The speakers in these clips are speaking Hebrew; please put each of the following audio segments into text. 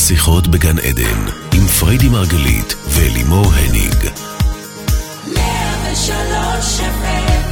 שיחות בגן עדן עם פריידי מרגלית ולימור הניג. 103 FM.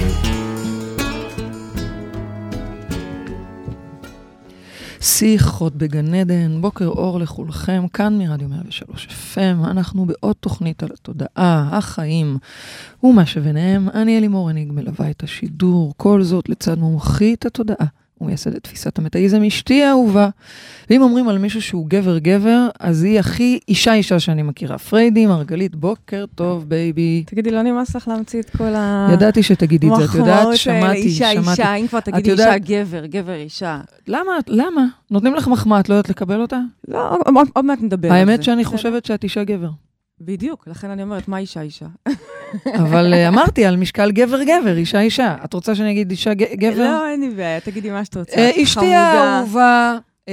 שיחות בגן עדן, בוקר אור לכולכם, כאן מרדיו 103 FM, אנחנו בעוד תוכנית על התודעה, החיים ומה שביניהם. אני לימור הניג, מלווה את השידור, כל זאת לצד מומחית התודעה. הוא מייסד את תפיסת המטאיזם, אשתי האהובה. ואם אומרים על מישהו שהוא גבר, אז היא הכי אישה שאני מכירה. פריידי מרגלית, בוקר טוב, בייבי. תגידי, לא נמאס לך להמציא את כל ידעתי שתגידי את זה, את יודעת, שמעתי. אישה, אם כבר תגידי אישה, גבר, אישה. למה? נותנים לך מחמאה, את לא יודעת לקבל אותה? לא, עוד מעט נדבר על זה. האמת שאני חושבת שאת אישה גבר. בדיוק, לכן אני אומרת, מה אישה? אבל אמרתי על משקל גבר, אישה. את רוצה שאני אגיד אישה גבר? לא, אין לי בעיה, תגידי מה שאת רוצה. אשתי האהובה,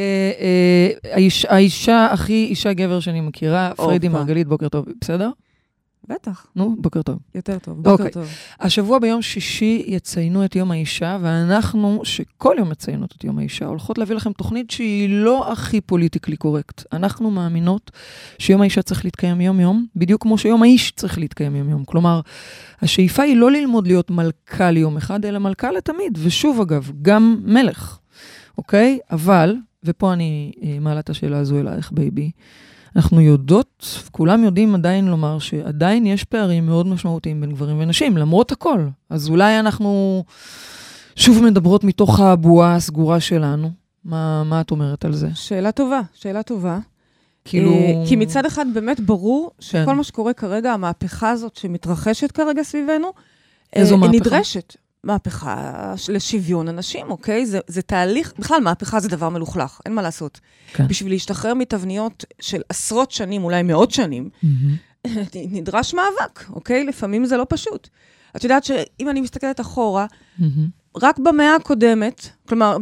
האישה הכי אישה גבר שאני מכירה, פריידי מרגלית, בוקר טוב, בסדר? בטח. נו, בוקר טוב. יותר טוב, בוקר טוב. השבוע ביום שישי יציינו את יום האישה, ואנחנו, שכל יום מציינות את יום האישה, הולכות להביא לכם תוכנית שהיא לא הכי פוליטיקלי קורקט. אנחנו מאמינות שיום האישה צריך להתקיים יום-יום, בדיוק כמו שיום האיש צריך להתקיים יום-יום. כלומר, השאיפה היא לא ללמוד להיות מלכה ליום אחד, אלא מלכה לתמיד. ושוב אגב, גם מלך. אוקיי? אבל, ופה אני מעלה את השאלה הזו אלייך, בייבי, אנחנו יודעות, כולם יודעים עדיין לומר שעדיין יש פערים מאוד משמעותיים בין גברים ונשים, למרות הכל. אז אולי אנחנו שוב מדברות מתוך הבועה הסגורה שלנו. מה את אומרת על זה? שאלה טובה. כי מצד אחד באמת ברור שכל מה שקורה כרגע, המהפכה הזאת שמתרחשת כרגע סביבנו, היא נדרשת. מהפכה לשוויון אנשים, אוקיי? זה תהליך, בכלל מהפכה זה דבר מלוכלך, אין מה לעשות. כן. בשביל להשתחרר מתבניות של עשרות שנים, אולי מאות שנים, נדרש מאבק, אוקיי? לפעמים זה לא פשוט. את יודעת שאם אני מסתכלת אחורה, רק במאה הקודמת, כלומר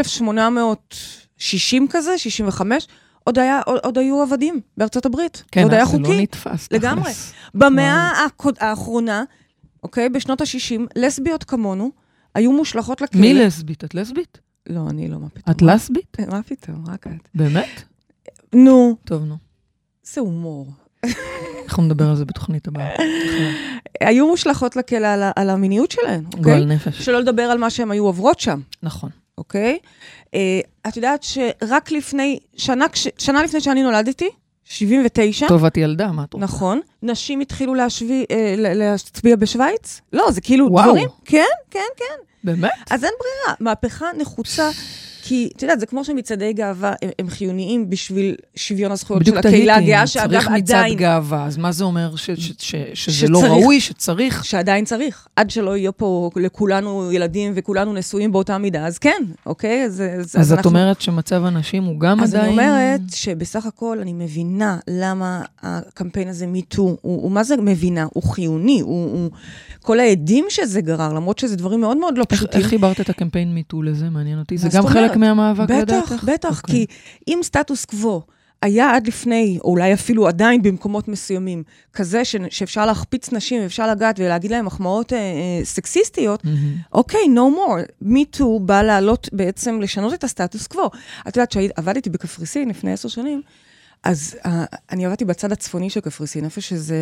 ב-1860 כזה, 65, עוד היו עבדים בארצות הברית. כן, עוד היה זה חוקי. לא נתפס. לגמרי. במאה האחרונה, אוקיי, בשנות ה-60, לסביות כמונו, היו מושלכות לכלא. מי לסבית? את לסבית? לא, אני לא, מה פתאום. את לסבית? מה פתאום, רק את. באמת? נו. טוב, נו. זה הומור. אנחנו נדבר על זה בתוכנית הבאה. היו מושלכות לכלא על המיניות שלהן, אוקיי? גועל נפש. שלא לדבר על מה שהן היו עוברות שם. נכון. אוקיי? את יודעת שרק לפני, שנה לפני שאני נולדתי, 79. טובת ילדה, מה את רוצה? נכון. נשים התחילו להצביע בשוויץ? לא, זה כאילו דברים. כן. באמת? אז אין ברירה. מהפכה נחוצה, כי, אתה יודע, זה כמו שמצעדי גאווה הם חיוניים בשביל שוויון הזכויות של הקהילה הגאה, שאגב צריך מצעד גאווה, אז מה זה אומר? שזה לא ראוי, שצריך? שעדיין צריך. עד שלא יהיו פה לכולנו ילדים וכולנו נשואים באותה מידה, אז כן, אוקיי? אז את אומרת שמצב הנשים הוא גם עדיין... אז אני אומרת שבסך הכל אני מבינה למה הקמפיין הזה מיטו, הוא מה זה מבינה? הוא חיוני, הוא כל העדים שזה גרר, למרות שזה דברים מאוד מאוד לא פשוטים. איך חיברת את הקמפיין מיטו לזה? מעניין אותי. זה גם חלק מהמאבק לדעתך? בטח, כי אם סטטוס קוו היה עד לפני, או אולי אפילו עדיין במקומות מסוימים, כזה שאפשר להחפיץ נשים, אפשר לגעת ולהגיד להם מחמאות סקסיסטיות, אוקיי, no more. Me too בא לעלות בעצם לשנות את הסטטוס קוו. את יודעת שעבדתי בקפריסין לפני 10 שנים, אז אני עבדתי בצד הצפוני של קפריסין, איפה שזה...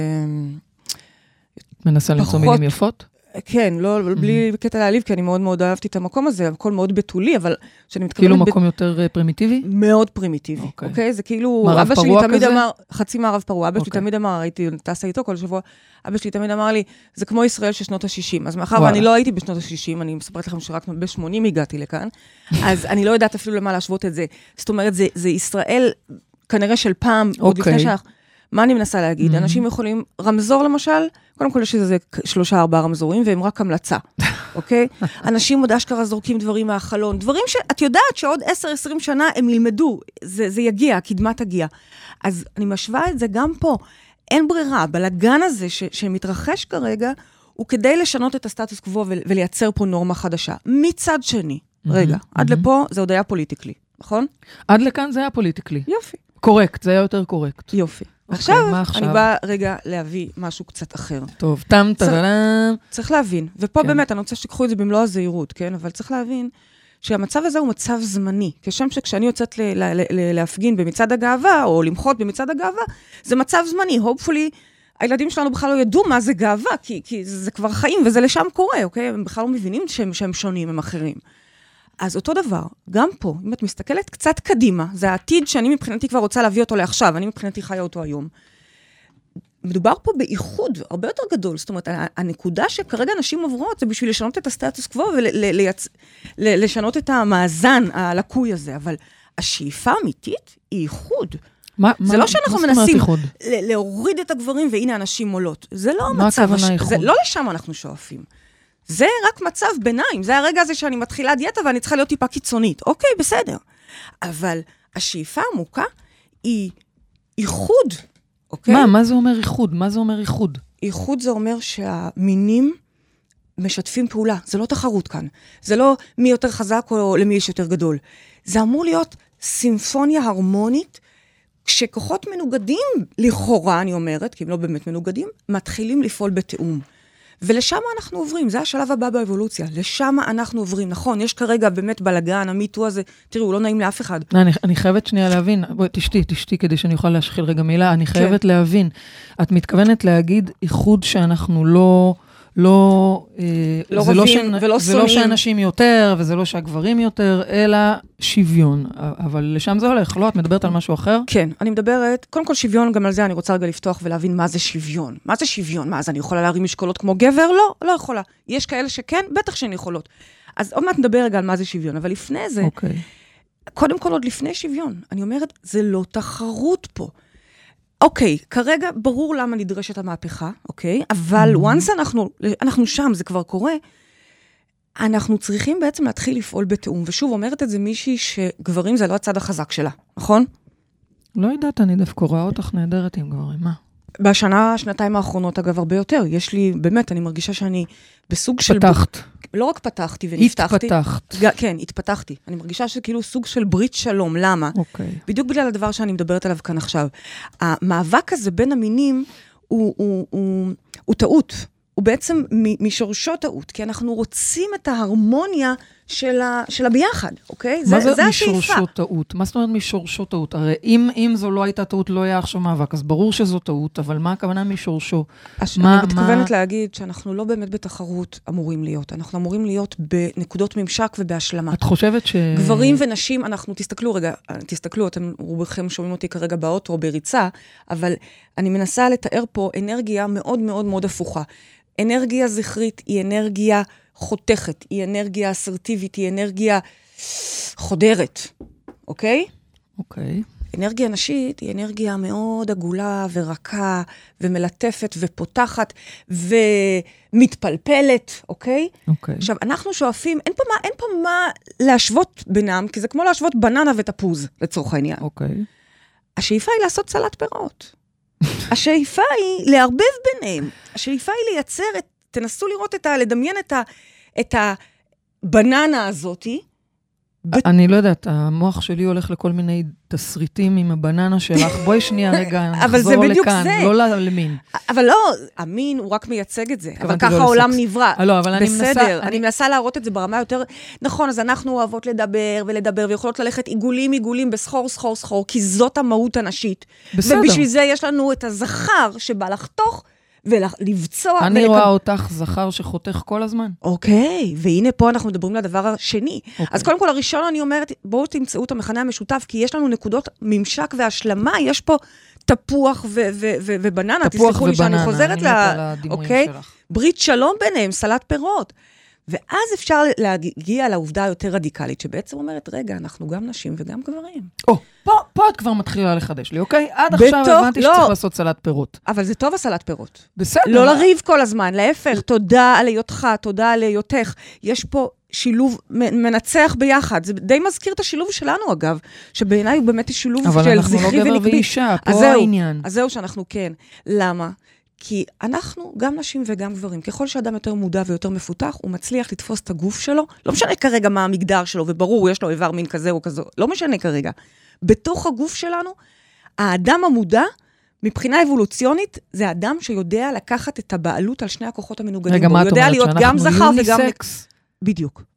מנסה למצוא מילים יפות? כן, לא, בלי קטע להעליב, כי אני מאוד מאוד אהבתי את המקום הזה, הכל מאוד בתולי, אבל שאני מתכוונת... כאילו מקום יותר פרימיטיבי? מאוד פרימיטיבי, אוקיי? זה כאילו... מערב פרוע כזה? חצי מערב פרוע, אבא שלי תמיד אמר, הייתי טסה איתו כל שבוע, אבא שלי תמיד אמר לי, זה כמו ישראל של שנות ה-60, אז מאחר ואני לא הייתי בשנות ה-60, אני מספרת לכם שרק ב-80 הגעתי לכאן, אז אני לא יודעת אפילו למה להשוות את זה. זאת אומרת, זה ישראל כנראה של פעם, עוד לפני שאנחנו... מה אני מנסה להגיד? אנשים יכולים, רמזור למשל, קודם כל יש איזה 3-4 רמזורים, והם רק המלצה, אוקיי? אנשים עוד אשכרה זורקים דברים מהחלון, דברים שאת יודעת שעוד 10-20 שנה הם ילמדו, זה יגיע, הקדמה תגיע. אז אני משווה את זה גם פה, אין ברירה, בלגן הזה שמתרחש כרגע, הוא כדי לשנות את הסטטוס קוו ולייצר פה נורמה חדשה. מצד שני, רגע, עד לפה זה עוד היה פוליטיקלי, נכון? עד לכאן זה היה פוליטיקלי. יופי. קורקט, זה היה יותר קורקט. יופי. עכשיו, אני באה רגע להביא משהו קצת אחר. טוב, טם. צריך להבין, ופה באמת, אני רוצה שתיקחו את זה במלוא הזהירות, כן? אבל צריך להבין שהמצב הזה הוא מצב זמני, כשם שכשאני יוצאת להפגין במצעד הגאווה, או למחות במצעד הגאווה, זה מצב זמני. hopefully, הילדים שלנו בכלל לא ידעו מה זה גאווה, כי זה כבר חיים, וזה לשם קורה, אוקיי? הם בכלל לא מבינים שהם שונים, הם אחרים. אז אותו דבר, גם פה, אם את מסתכלת קצת קדימה, זה העתיד שאני מבחינתי כבר רוצה להביא אותו לעכשיו, אני מבחינתי חיה אותו היום. מדובר פה באיחוד הרבה יותר גדול, זאת אומרת, הנקודה שכרגע נשים עוברות, זה בשביל לשנות את הסטטוס קוו, ולשנות את המאזן הלקוי הזה, אבל השאיפה האמיתית היא איחוד. זה לא שאנחנו מנסים להוריד את הגברים, והנה אנשים עולות. זה לא המצב, זה לא לשם אנחנו שואפים. זה רק מצב ביניים, זה הרגע הזה שאני מתחילה דיאטה, ואני צריכה להיות טיפה קיצונית. אוקיי, בסדר. אבל השאיפה העמוקה היא איחוד. אוקיי? מה זה אומר איחוד? מה זה אומר איחוד? איחוד זה אומר שהמינים משתפים פעולה. זה לא תחרות כאן. זה לא מי יותר חזק או למי יש יותר גדול. זה אמור להיות סימפוניה הרמונית, כשכוחות מנוגדים, לכאורה אני אומרת, כי הם לא באמת מנוגדים, מתחילים לפעול בתאום. ולשם אנחנו עוברים, זה השלב הבא באבולוציה, לשם אנחנו עוברים, נכון, יש כרגע באמת בלגן, המיטו הזה, תראו, הוא לא נעים לאף אחד. אני חייבת שנייה להבין, בואי, תשתי כדי שאני אוכל להשחיל רגע מילה, אני חייבת להבין, את מתכוונת להגיד איחוד שאנחנו לא רבים ולא זה לא שאנשים יותר, וזה לא שהגברים יותר, אלא שוויון. אבל לשם זה הולך, לא? את מדברת על משהו אחר? כן, אני מדברת, קודם כל שוויון, גם על זה אני רוצה רגע לפתוח ולהבין מה זה שוויון. מה זה שוויון? מה, אז אני יכולה להרים משקולות כמו גבר? לא יכולה. יש כאלה שכן, בטח שהן יכולות. אז עוד מעט נדבר רגע על מה זה שוויון, אבל לפני זה, קודם כל עוד לפני שוויון, אני אומרת, זה לא תחרות פה. אוקיי, כרגע ברור למה נדרשת המהפכה, אוקיי? אבל once אנחנו שם, זה כבר קורה, אנחנו צריכים בעצם להתחיל לפעול בתאום. ושוב, אומרת את זה מישהי שגברים זה לא הצד החזק שלה, נכון? לא יודעת, אני דווקא רואה אותך נהדרת עם גברים, מה? שנתיים האחרונות, אגב, הרבה יותר. יש לי, באמת, אני מרגישה שאני בסוג של... פתחת. לא רק פתחתי ונפתחתי. התפתחת. כן, התפתחתי. אני מרגישה שכאילו סוג של ברית שלום. למה? אוקיי. בדיוק בגלל הדבר שאני מדברת עליו כאן עכשיו. המאבק הזה בין המינים הוא טעות. הוא בעצם משורשו טעות, כי אנחנו רוצים את ההרמוניה של הביחד, אוקיי? מה זה משורשו טעות? מה זאת אומרת משורשו טעות? הרי אם זו לא הייתה טעות, לא היה עכשיו מאבק, אז ברור שזו טעות, אבל מה הכוונה משורשו? אני מתכוונת להגיד שאנחנו לא באמת בתחרות אמורים להיות, אנחנו אמורים להיות בנקודות ממשק ובהשלמה. את חושבת גברים ונשים, אנחנו, תסתכלו, אתם רובכם שומעים אותי כרגע באוטו או בריצה, אבל אני מנסה לתאר פה אנרגיה מאוד מאוד מאוד הפוכה. אנרגיה זכרית היא אנרגיה חותכת, היא אנרגיה אסרטיבית, היא אנרגיה חודרת, אוקיי? אוקיי. אנרגיה נשית היא אנרגיה מאוד עגולה ורכה ומלטפת ופותחת ומתפלפלת, אוקיי? אוקיי. עכשיו, אנחנו שואפים, אין פה מה להשוות בינם, כי זה כמו להשוות בננה ותפוז, לצורך העניין. אוקיי. השאיפה היא לעשות סלט פירות. השאיפה היא לערבב ביניהם. השאיפה היא לייצר, תנסו לראות לדמיין את הבננה הזאת. אני לא יודעת, המוח שלי הולך לכל מיני תסריטים עם הבננה שלך. בואי שנייה רגע, נחזור לכאן, לא למין. אבל לא, המין הוא רק מייצג את זה. אבל ככה העולם נברא. לא, אבל בסדר, אני מנסה להראות את זה ברמה יותר... נכון, אז אנחנו אוהבות לדבר ולדבר, ויכולות ללכת עיגולים בסחור, כי זאת המהות הנשית. בסדר. ובשביל זה יש לנו את הזכר שבא לחתוך, ולבצוע... אני רואה אותך זכר שחותך כל הזמן. אוקיי, והנה פה אנחנו מדברים לדבר השני. אז קודם כל, הראשון אני אומרת, בואו תמצאו את המחנה המשותף, כי יש לנו נקודות ממשק והשלמה, יש פה תפוח ובננה, תסלחו לי שאני חוזרת אוקיי? ברית שלום ביניהם, סלט פירות. ואז אפשר להגיע לעובדה יותר רדיקלית, שבעצם אומרת, רגע, אנחנו גם נשים וגם גברים. פה את כבר מתחילה לחדש לי, אוקיי? עד עכשיו הבנתי שצריך לעשות סלט פירות. אבל זה טוב הסלט פירות. בסדר. לא לריב כל הזמן, להפך, תודה על היותך, תודה על היותך. יש פה שילוב מנצח ביחד. זה די מזכיר את השילוב שלנו, אגב, שבעיניי הוא באמת שילוב של זכרי ונקבי. אבל אנחנו לא גבר ואישה, פה העניין. אז זהו שאנחנו כן. למה? כי אנחנו, גם נשים וגם גברים, ככל שאדם יותר מודע ויותר מפותח, הוא מצליח לתפוס את הגוף שלו, לא משנה כרגע מה המגדר שלו, וברור, יש לו איבר מין כזה או כזה, לא משנה כרגע. בתוך הגוף שלנו, האדם המודע, מבחינה אבולוציונית, זה אדם שיודע לקחת את הבעלות על שני הכוחות המנוגדים. רגע, מה את אומרת? שאנחנו יוניסקס? בדיוק.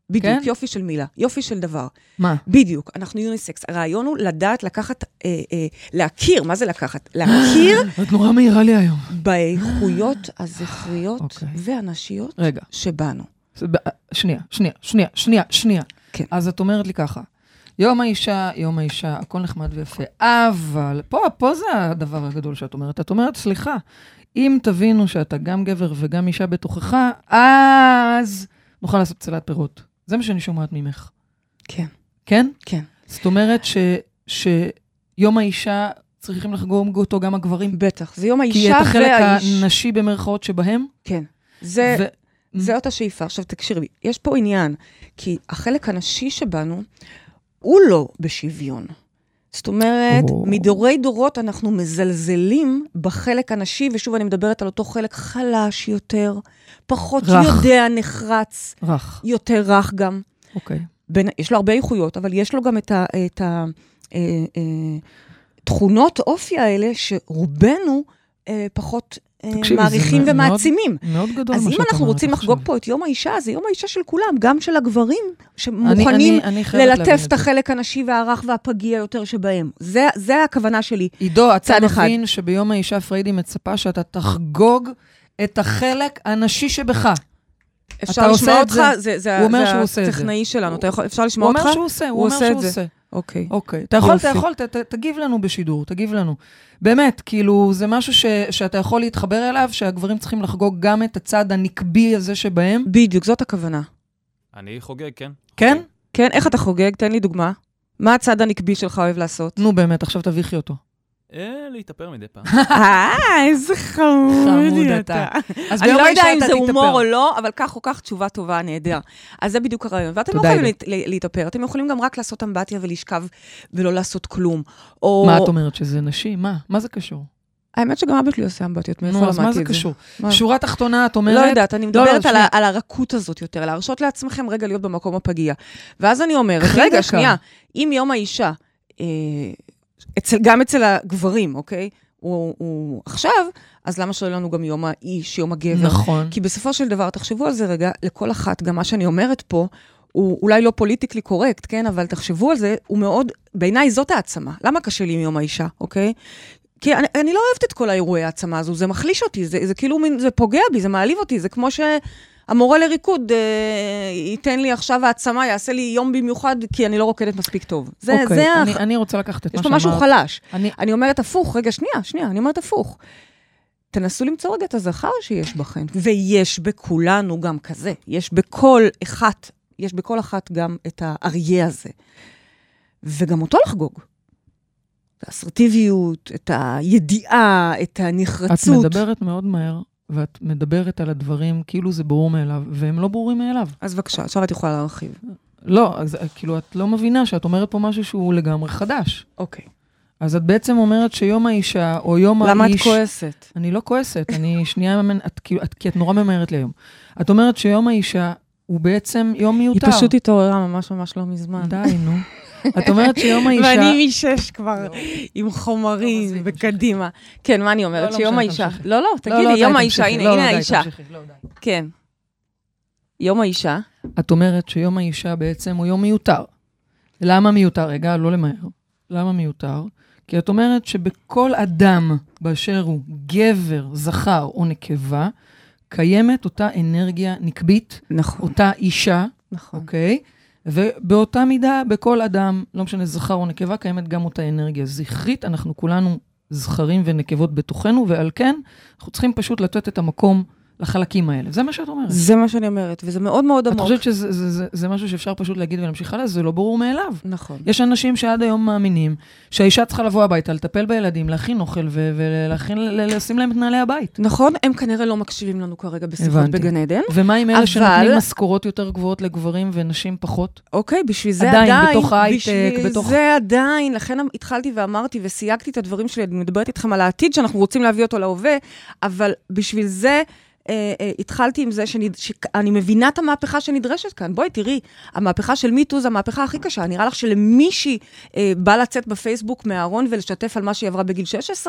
בדיוק, יופי של מילה, יופי של דבר. מה? בדיוק, אנחנו יוניסקס. הרעיון הוא לדעת לקחת, להכיר, מה זה לקחת? להכיר... את נורא מהירה לי היום. באיכויות הזכריות והנשיות שבנו. שנייה. כן. אז את אומרת לי ככה, יום האישה, הכל נחמד ויפה, אבל פה זה הדבר הגדול שאת אומרת. את אומרת, סליחה, אם תבינו שאתה גם גבר וגם אישה בתוכך, אז נוכל לעשות צלת פירות. זה מה שאני שומעת ממך. כן. כן? כן. זאת אומרת שיום האישה צריכים לחגוג אותו גם הגברים. בטח, זה יום האישה כי את החלק הנשי במרכאות שבהם? כן. זה אותה שאיפה. עכשיו תקשירי, יש פה עניין, כי החלק הנשי שבנו, הוא לא בשוויון. זאת אומרת, מדורי דורות אנחנו מזלזלים בחלק הנשי, ושוב אני מדברת על אותו חלק חלש יותר, פחות יודע, נחרץ, יותר רך גם. אוקיי. יש לו הרבה איכויות, אבל יש לו גם את התכונות אופי האלה, שרובנו פחות מעריכים ומעצימים. מאוד גדול. אז אם אנחנו רוצים לחגוג פה את יום האישה, זה יום האישה של כולם, גם של הגברים, שמוכנים ללטף את החלק הנשי והרך והפגיע יותר שבהם. זה הכוונה שלי. עידו, אתה מבין שביום האישה פריידי מצפה שאתה תחגוג את החלק הנשי שבך. אפשר לשמוע אותך? זה הטכנאי שלנו. אפשר לשמוע אותך? הוא אומר שהוא עושה. אוקיי. אתה יכול, תגיב לנו בשידור, תגיב לנו. באמת, כאילו, זה משהו שאתה יכול להתחבר אליו, שהגברים צריכים לחגוג גם את הצד הנקבי הזה שבהם. בדיוק, זאת הכוונה. אני חוגג, כן. כן? כן, איך אתה חוגג? תן לי דוגמה. מה הצד הנקבי שלך אוהב לעשות? נו, באמת, עכשיו תביכי אותו. להתאפר מדי פעם. איזה חמוד אתה. אני לא יודע אם זה הומור או לא, אבל כך או כך תשובה טובה, נהדר. אז זה בדיוק הרעיון. ואתם לא יכולים להתאפר, אתם יכולים גם רק לעשות אמבטיה ולשכב ולא לעשות כלום. מה את אומרת, שזה נשי? מה זה קשור? האמת שגם אבא שלי עושה אמבטיות, מאיפה למדתי את זה. מה זה קשור? שורה תחתונה, את אומרת... לא יודעת, אני מדברת על הרכות הזאת יותר, להרשות לעצמכם רגע להיות במקום הפגיע. ואז אני אומרת, רגע, שנייה, אם יום האישה גם אצל הגברים, אוקיי? הוא עכשיו, אז למה שלא לנו גם יום האיש, יום הגבר? נכון. כי בסופו של דבר, תחשבו על זה רגע, לכל אחת, גם מה שאני אומרת פה, הוא אולי לא פוליטיקלי קורקט, כן? אבל תחשבו על זה, הוא מאוד, בעיניי זאת העצמה. למה קשה לי עם יום האישה, אוקיי? כי אני לא אוהבת את כל האירועי העצמה הזו, זה מחליש אותי, זה כאילו, זה פוגע בי, זה מעליב אותי, זה כמו המורה לריקוד ייתן לי עכשיו העצמה, יעשה לי יום במיוחד, כי אני לא רוקדת מספיק טוב. אני רוצה לקחת את מה שאמרת. יש פה משהו חלש. אני אומרת הפוך, רגע, שנייה, אני אומרת הפוך. תנסו למצוא רגע את הזכר שיש בכם, ויש בכולנו גם כזה. יש בכל אחת גם את האריה הזה. וגם אותו לחגוג. את האסרטיביות, את הידיעה, את הנחרצות. את מדברת מאוד מהר. ואת מדברת על הדברים כאילו זה ברור מאליו, והם לא ברורים מאליו. אז בבקשה, עכשיו את יכולה להרחיב. לא, אז כאילו את לא מבינה שאת אומרת פה משהו שהוא לגמרי חדש. אוקיי. אז את בעצם אומרת שיום האישה, או יום האיש... למה את כועסת? אני לא כועסת, אני שנייה, כי את נורא ממהרת לי היום. את אומרת שיום האישה הוא בעצם יום מיותר. היא פשוט התעוררה ממש ממש לא מזמן. די, נו. את אומרת שיום האישה... ואני משש כבר עם חומרים וקדימה. כן, מה אני אומרת? שיום האישה... לא, תגידי, יום האישה, הנה האישה. כן. יום האישה. את אומרת שיום האישה בעצם הוא יום מיותר. למה מיותר? רגע, לא למהר. למה מיותר? כי את אומרת שבכל אדם באשר הוא גבר, זכר או נקבה, קיימת אותה אנרגיה נקבית, אותה אישה, אוקיי? ובאותה מידה, בכל אדם, לא משנה זכר או נקבה, קיימת גם אותה אנרגיה זכרית. אנחנו כולנו זכרים ונקבות בתוכנו, ועל כן, אנחנו צריכים פשוט לתת את המקום לחלקים האלה. זה מה שאת אומרת. זה מה שאני אומרת, וזה מאוד מאוד עמוק. את חושבת שזה משהו שאפשר פשוט להגיד ולהמשיך הלאה, זה לא ברור מאליו. נכון. יש אנשים שעד היום מאמינים שהאישה צריכה לבוא הביתה, לטפל בילדים, להכין אוכל ולשים להם את נעלי הבית. נכון, הם כנראה לא מקשיבים לנו כרגע בשיחות בגן עדן. ומה עם אלה שנותנים משכורות יותר גבוהות לגברים ונשים פחות? אוקיי, בשביל זה עדיין, בשביל זה עדיין, לכן התחלתי ואמרתי וסייגתי את הדברים שלי, אני מדברת איתכם על העתיד שאנחנו רוצים להביא אותו להווה, אבל בשביל זה התחלתי עם זה שאני מבינה את המהפכה שנדרשת כאן. בואי תראי, המהפכה של מיטו זה המהפכה הכי קשה. נראה לך שלמישהי בא לצאת בפייסבוק מהארון ולשתף על מה שהיא עברה בגיל 16?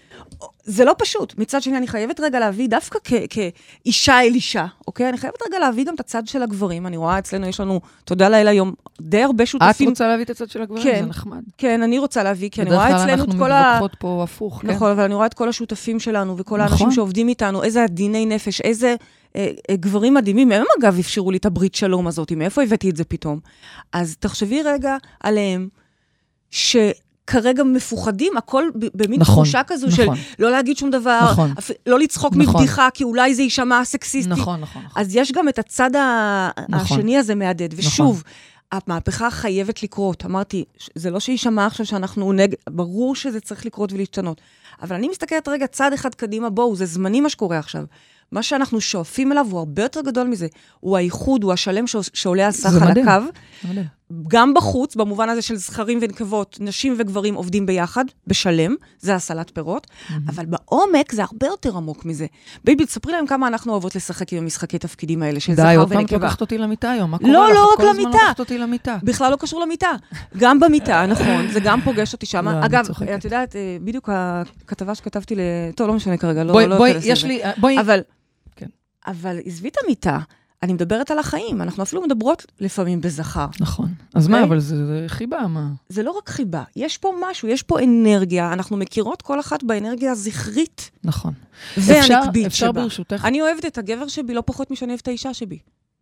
זה לא פשוט. מצד שני, אני חייבת רגע להביא, דווקא כאישה אל אישה, אוקיי? אני חייבת רגע להביא גם את הצד של הגברים. אני רואה אצלנו, יש לנו, תודה לאל היום, די הרבה שותפים. את רוצה להביא את הצד של הגברים? כן, זה נחמד. כן, אני רוצה להביא, כי אני רואה אצלנו את כל בדרך כלל אנחנו מתווכחות פה הפוך, כן? נכון, אבל אני רואה את כל השותפים שלנו, וכל האנשים שעובדים איתנו, איזה דיני נפש, איזה גברים מדהימים, הם אגב אפשרו לי את הברית שלום הזאת, מאיפה הבאתי את זה פתאום? אז תחשבי רגע עליהם, שכרגע מפוחדים, הכל במין תחושה כזו של לא להגיד שום דבר, לא לצחוק מבדיחה, כי אולי זה יישמע סקסיסטי. נכון. אז יש גם את הצד השני הזה מהדד, ושוב, המהפכה חייבת לקרות. אמרתי, זה לא שישמע עכשיו שאנחנו ברור שזה צריך לקרות ולהשתנות. אבל אני מסתכלת רגע צעד אחד קדימה, בואו, זה זמני מה שקורה עכשיו. מה שאנחנו שואפים אליו הוא הרבה יותר גדול מזה. הוא האיחוד, הוא השלם שעולה על סך על הקו. גם בחוץ, במובן הזה של זכרים ונקבות, נשים וגברים עובדים ביחד, בשלם, זה הסלט פירות, אבל בעומק זה הרבה יותר עמוק מזה. ביבי, תספרי להם כמה אנחנו אוהבות לשחק עם המשחקי תפקידים האלה, של זכר ונקבה. די, עוד פעם לקחת אותי למיטה היום, מה קורה לך? לא רק למיטה. לקחת אותי למיטה. בכלל לא קשור למיטה. גם במיטה, נכון, זה גם פוגש אותי שם. אגב, את יודעת, בדיוק הכתבה שכתבתי טוב, לא משנה כרגע, אבל עזבי את המיטה, אני מדברת על החיים, אנחנו אפילו מדברות לפעמים בזכר. נכון. אז מה, אבל זה חיבה, מה? זה לא רק חיבה, יש פה משהו, יש פה אנרגיה, אנחנו מכירות כל אחת באנרגיה הזכרית. נכון. והנקבית אפשר שבה. ברשותך. אני אוהבת את הגבר שבי לא פחות משאני אוהבת את האישה שבי.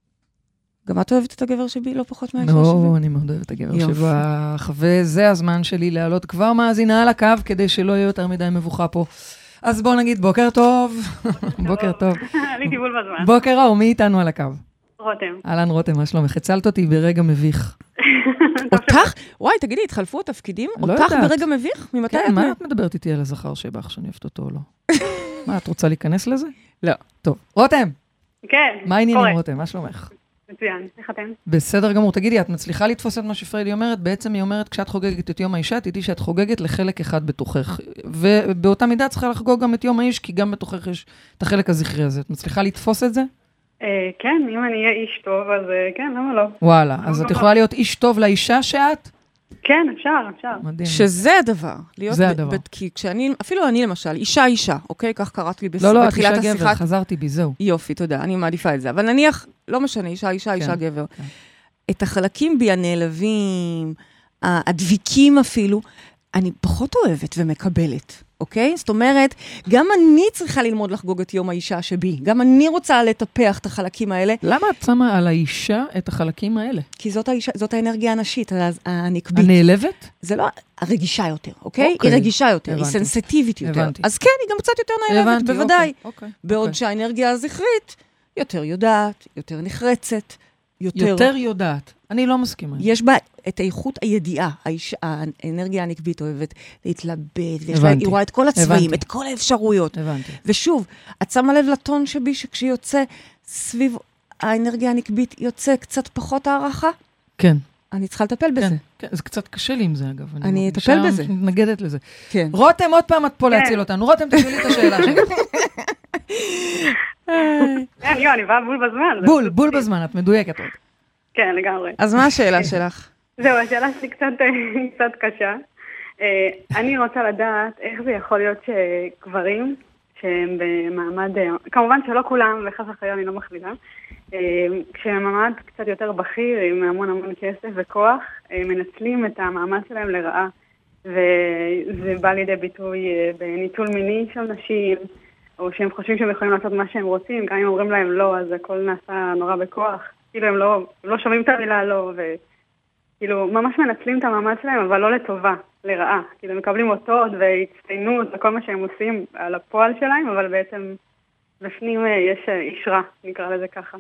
גם את אוהבת את הגבר שבי לא פחות מהאישה שבי? לא, אני מאוד אוהבת את הגבר שבך, וזה הזמן שלי להעלות כבר מאזינה על הקו, כדי שלא יהיה יותר מדי מבוכה פה. אז בואו נגיד בוקר טוב. בוקר טוב. עליתי בול בזמן. בוקר אור, מי איתנו על הקו? רותם. אהלן רותם, מה שלומך? הצלת אותי ברגע מביך. אותך? וואי, תגידי, התחלפו התפקידים? אותך ברגע מביך? ממתי את? כן, מה את מדברת איתי על הזכר שבך, שאני אוהבת אותו או לא? מה, את רוצה להיכנס לזה? לא. טוב. רותם! כן. מה העניינים רותם? מה שלומך? מצוין, איך אתם? בסדר גמור. תגידי, את מצליחה לתפוס את מה שפריידי אומרת? בעצם היא אומרת, כשאת חוגגת את יום האישה, תדעי שאת חוגגת לחלק אחד בתוכך. ובאותה מידה צריכה לחגוג גם את יום האיש, כי גם בתוכך יש את החלק הזכרי הזה. את מצליחה לתפוס את זה? כן, אם אני אהיה איש טוב, אז כן, למה לא? וואלה, אז את יכולה להיות איש טוב לאישה שאת? כן, אפשר. מדהים. שזה הדבר. זה הדבר. כי כשאני, אפילו אני למשל, אישה, אוקיי? כך קראת לי בתחילת השיחה. לא, את אישה גבר, חזרתי בי, זהו. יופי, תודה, אני מעדיפה את זה. אבל נניח, לא משנה, אישה גבר. את החלקים בי הנעלבים, הדביקים אפילו, אני פחות אוהבת ומקבלת, אוקיי? זאת אומרת, גם אני צריכה ללמוד לחגוג את יום האישה שבי. גם אני רוצה לטפח את החלקים האלה. למה את שמה על האישה את החלקים האלה? כי זאת האנרגיה הנשית, הנקבית. הנעלבת? זה לא הרגישה יותר, אוקיי? היא רגישה יותר, היא סנסיטיבית יותר. אז כן, היא גם קצת יותר נעלבת, בוודאי. בעוד שהאנרגיה הזכרית יותר יודעת, יותר נחרצת, יותר יודעת. אני לא מסכימה. יש בה את איכות הידיעה. האנרגיה הנקבית אוהבת להתלבט, היא רואה את כל הצבעים, את כל האפשרויות. ושוב, את שמה לב לטון שבי, שכשיוצא סביב האנרגיה הנקבית, יוצא קצת פחות הערכה? כן. אני צריכה לטפל בזה. כן, זה קצת קשה לי עם זה, אגב. אני אטפל בזה. אני מתנגדת לזה. כן. רותם, עוד פעם את פה להציל אותנו. רותם, תשאלי את השאלה שלי. אני באה בול בזמן. בול בזמן, את מדויקת עוד. כן, לגמרי. אז מה השאלה שלך? זהו, השאלה שלי קצת קשה. אני רוצה לדעת איך זה יכול להיות שגברים שהם במעמד, כמובן שלא כולם, וחס וחלילה אני לא מכבידה, כשהם במעמד קצת יותר בכיר, עם המון כסף וכוח, מנצלים את המעמד שלהם לרעה. וזה בא לידי ביטוי בניצול מיני של נשים, או שהם חושבים שהם יכולים לעשות מה שהם רוצים, גם אם אומרים להם לא, אז הכל נעשה נורא בכוח. כאילו הם לא שומעים את המילה לא, וכאילו ממש מנצלים את המעמד שלהם, אבל לא לטובה, לרעה. כאילו הם מקבלים אותות והצטיינות וכל מה שהם עושים על הפועל שלהם, אבל בעצם בפנים יש ישרה, נקרא לזה ככה.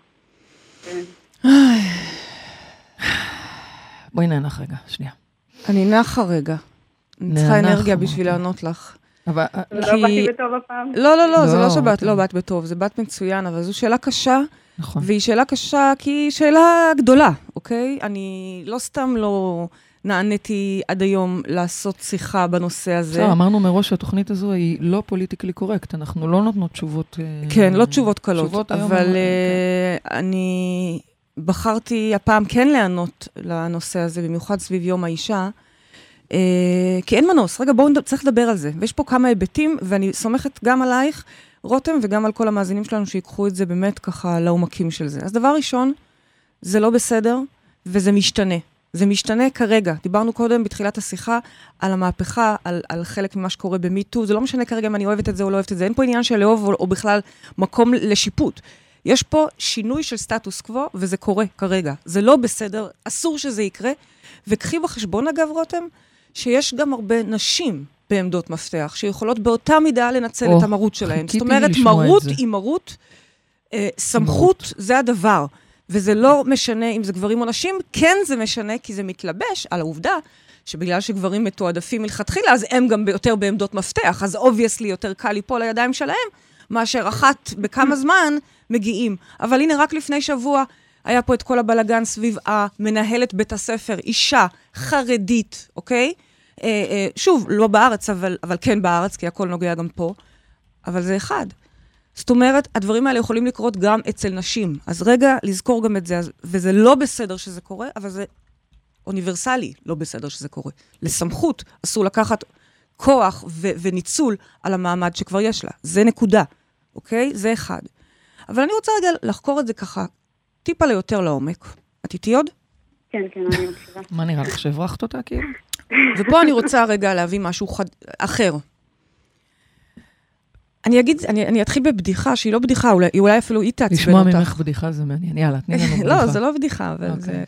בואי ננח רגע, שנייה. אני נחה רגע. אני צריכה אנרגיה בשביל לענות לך. לא באתי בטוב הפעם? לא, זה לא שבאת, לא באת בטוב, זה באת מצוין, אבל זו שאלה קשה, והיא שאלה קשה כי היא שאלה גדולה, אוקיי? אני לא סתם לא נעניתי עד היום לעשות שיחה בנושא הזה. אמרנו מראש שהתוכנית הזו היא לא פוליטיקלי קורקט, אנחנו לא נותנות תשובות... כן, לא תשובות קלות, אבל אני בחרתי הפעם כן לענות לנושא הזה, במיוחד סביב יום האישה, כי אין מנוס. רגע, בואו צריך לדבר על זה. ויש פה כמה היבטים, ואני סומכת גם עלייך, רותם, וגם על כל המאזינים שלנו שיקחו את זה באמת ככה לעומקים של זה. אז דבר ראשון, זה לא בסדר, וזה משתנה. זה משתנה כרגע. דיברנו קודם בתחילת השיחה על המהפכה, על חלק ממה שקורה במיטו. זה לא משנה כרגע אם אני אוהבת את זה או לא אוהבת את זה. אין פה עניין של לאהוב או בכלל מקום לשיפוט. יש פה שינוי של סטטוס קוו, וזה קורה כרגע. זה לא בסדר, אסור שזה יקרה. וקחי בחשבון, אגב, רותם, שיש גם הרבה נשים בעמדות מפתח, שיכולות באותה מידה לנצל את המרות שלהן. זאת אומרת, מרות היא מרות, סמכות זה הדבר. וזה לא משנה אם זה גברים או נשים, כן זה משנה, כי זה מתלבש על העובדה, שבגלל שגברים מתועדפים מלכתחילה, אז הם גם יותר בעמדות מפתח, אז obviously יותר קל ליפול לידיים שלהם, מאשר אחת בכמה זמן מגיעים. אבל הנה, רק לפני שבוע, היה פה את כל הבלגן סביב המנהלת בית הספר, אישה חרדית, אוקיי? שוב, לא בארץ, אבל כן בארץ, כי הכל נוגע גם פה, אבל זה אחד. זאת אומרת, הדברים האלה יכולים לקרות גם אצל נשים. אז רגע, לזכור גם את זה, וזה לא בסדר שזה קורה, אבל זה אוניברסלי, לא בסדר שזה קורה. לסמכות אסור לקחת כוח וניצול על המעמד שכבר יש לה. זה נקודה, אוקיי? זה אחד. אבל אני רוצה רגע לחקור את זה ככה, טיפה ליותר לעומק. את איתי עוד? כן, אני מקשיבה. מה נראה לך שהברחת אותה, כאילו? ופה אני רוצה רגע להביא משהו אחר. אני אתחיל בבדיחה, שהיא לא בדיחה, אולי אפילו היא תעצבן אותך. לשמוע ממך בדיחה זה מעניין. יאללה, תני לנו בדיחה. לא, זה לא בדיחה, אבל זה...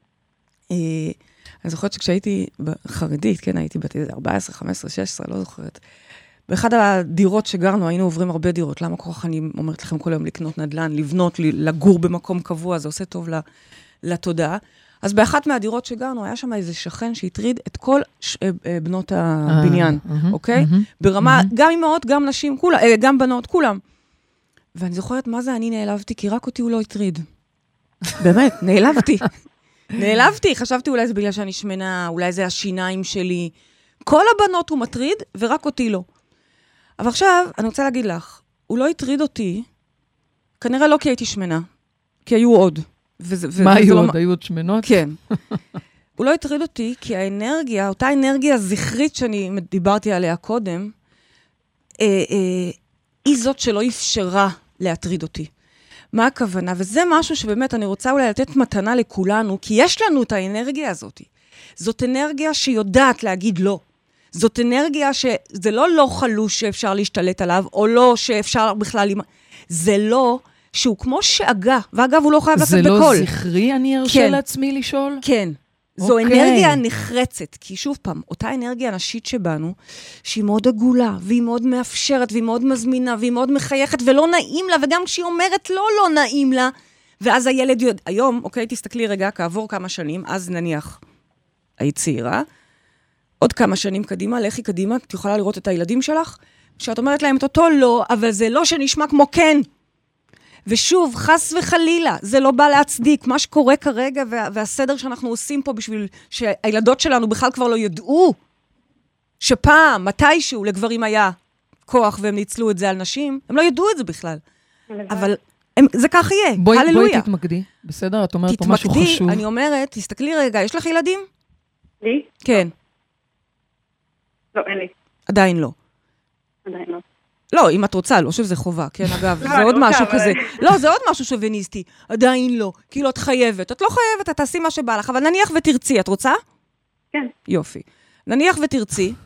אני זוכרת שכשהייתי חרדית, כן, הייתי בת 14, 15, 16, לא זוכרת. באחד הדירות שגרנו, היינו עוברים הרבה דירות. למה כוח אני אומרת לכם כל היום לקנות נדל"ן, לבנות, לגור במקום קבוע, זה עושה טוב לתודעה. אז באחת מהדירות שגרנו, היה שם איזה שכן שהטריד את כל בנות הבניין, אוקיי? ברמה, גם אמהות, גם נשים, גם בנות, כולם. ואני זוכרת מה זה, אני נעלבתי, כי רק אותי הוא לא הטריד. באמת, נעלבתי, חשבתי אולי זה בגלל שאני שמנה, אולי זה השיניים שלי. כל הבנות הוא מטריד, ורק אותי לא. אבל עכשיו, אני רוצה להגיד לך, הוא לא הטריד אותי, כנראה לא כי הייתי שמנה, כי היו עוד. מה היו עוד? היו עוד שמנות? כן. הוא לא הטריד אותי, כי האנרגיה, אותה אנרגיה זכרית שאני דיברתי עליה קודם, היא זאת שלא אפשרה להטריד אותי. מה הכוונה? וזה משהו שבאמת אני רוצה אולי לתת מתנה לכולנו, כי יש לנו את האנרגיה הזאת. זאת אנרגיה שיודעת להגיד לא. זאת אנרגיה שזה לא חלוש שאפשר להשתלט עליו, או לא שאפשר בכלל... זה לא... שהוא כמו שאגה, ואגב, הוא לא חייב לצאת בכל. זה לא זכרי, אני ארשה לעצמי לשאול? כן. זו אנרגיה נחרצת, כי שוב פעם, אותה אנרגיה נשית שבנו, שהיא מאוד עגולה, והיא מאוד מאפשרת, והיא מאוד מזמינה, והיא מאוד מחייכת, ולא נעים לה, וגם כשהיא אומרת לא נעים לה, ואז הילד היום, אוקיי, תסתכלי רגע, כעבור כמה שנים, אז נניח, היית צעירה, עוד כמה שנים קדימה, לכי קדימה, את יכולה לראות את הילדים שלך, שאת אומרת להם את אותו לא, אבל זה לא שנשמע כמו כן. ושוב, חס וחלילה, זה לא בא להצדיק. מה שקורה כרגע והסדר שאנחנו עושים פה בשביל שהילדות שלנו בכלל כבר לא ידעו שפעם, מתישהו לגברים היה כוח והם ניצלו את זה על נשים, הם לא ידעו את זה בכלל. אבל זה כך יהיה, הללויה. בואי תתמקדי, בסדר? את אומרת פה משהו חשוב. תתמקדי, אני אומרת, תסתכלי רגע, יש לך ילדים? לי? כן. לא, אין לי. עדיין לא. עדיין לא. לא, אם את רוצה, לא שזה חובה, כן, אגב, זה עוד משהו כזה. לא, זה עוד משהו שוביניסטי. עדיין לא, כאילו את חייבת. את לא חייבת, את תעשי מה שבא לך, אבל נניח ותרצי, את רוצה? כן. יופי. נניח ותרצי,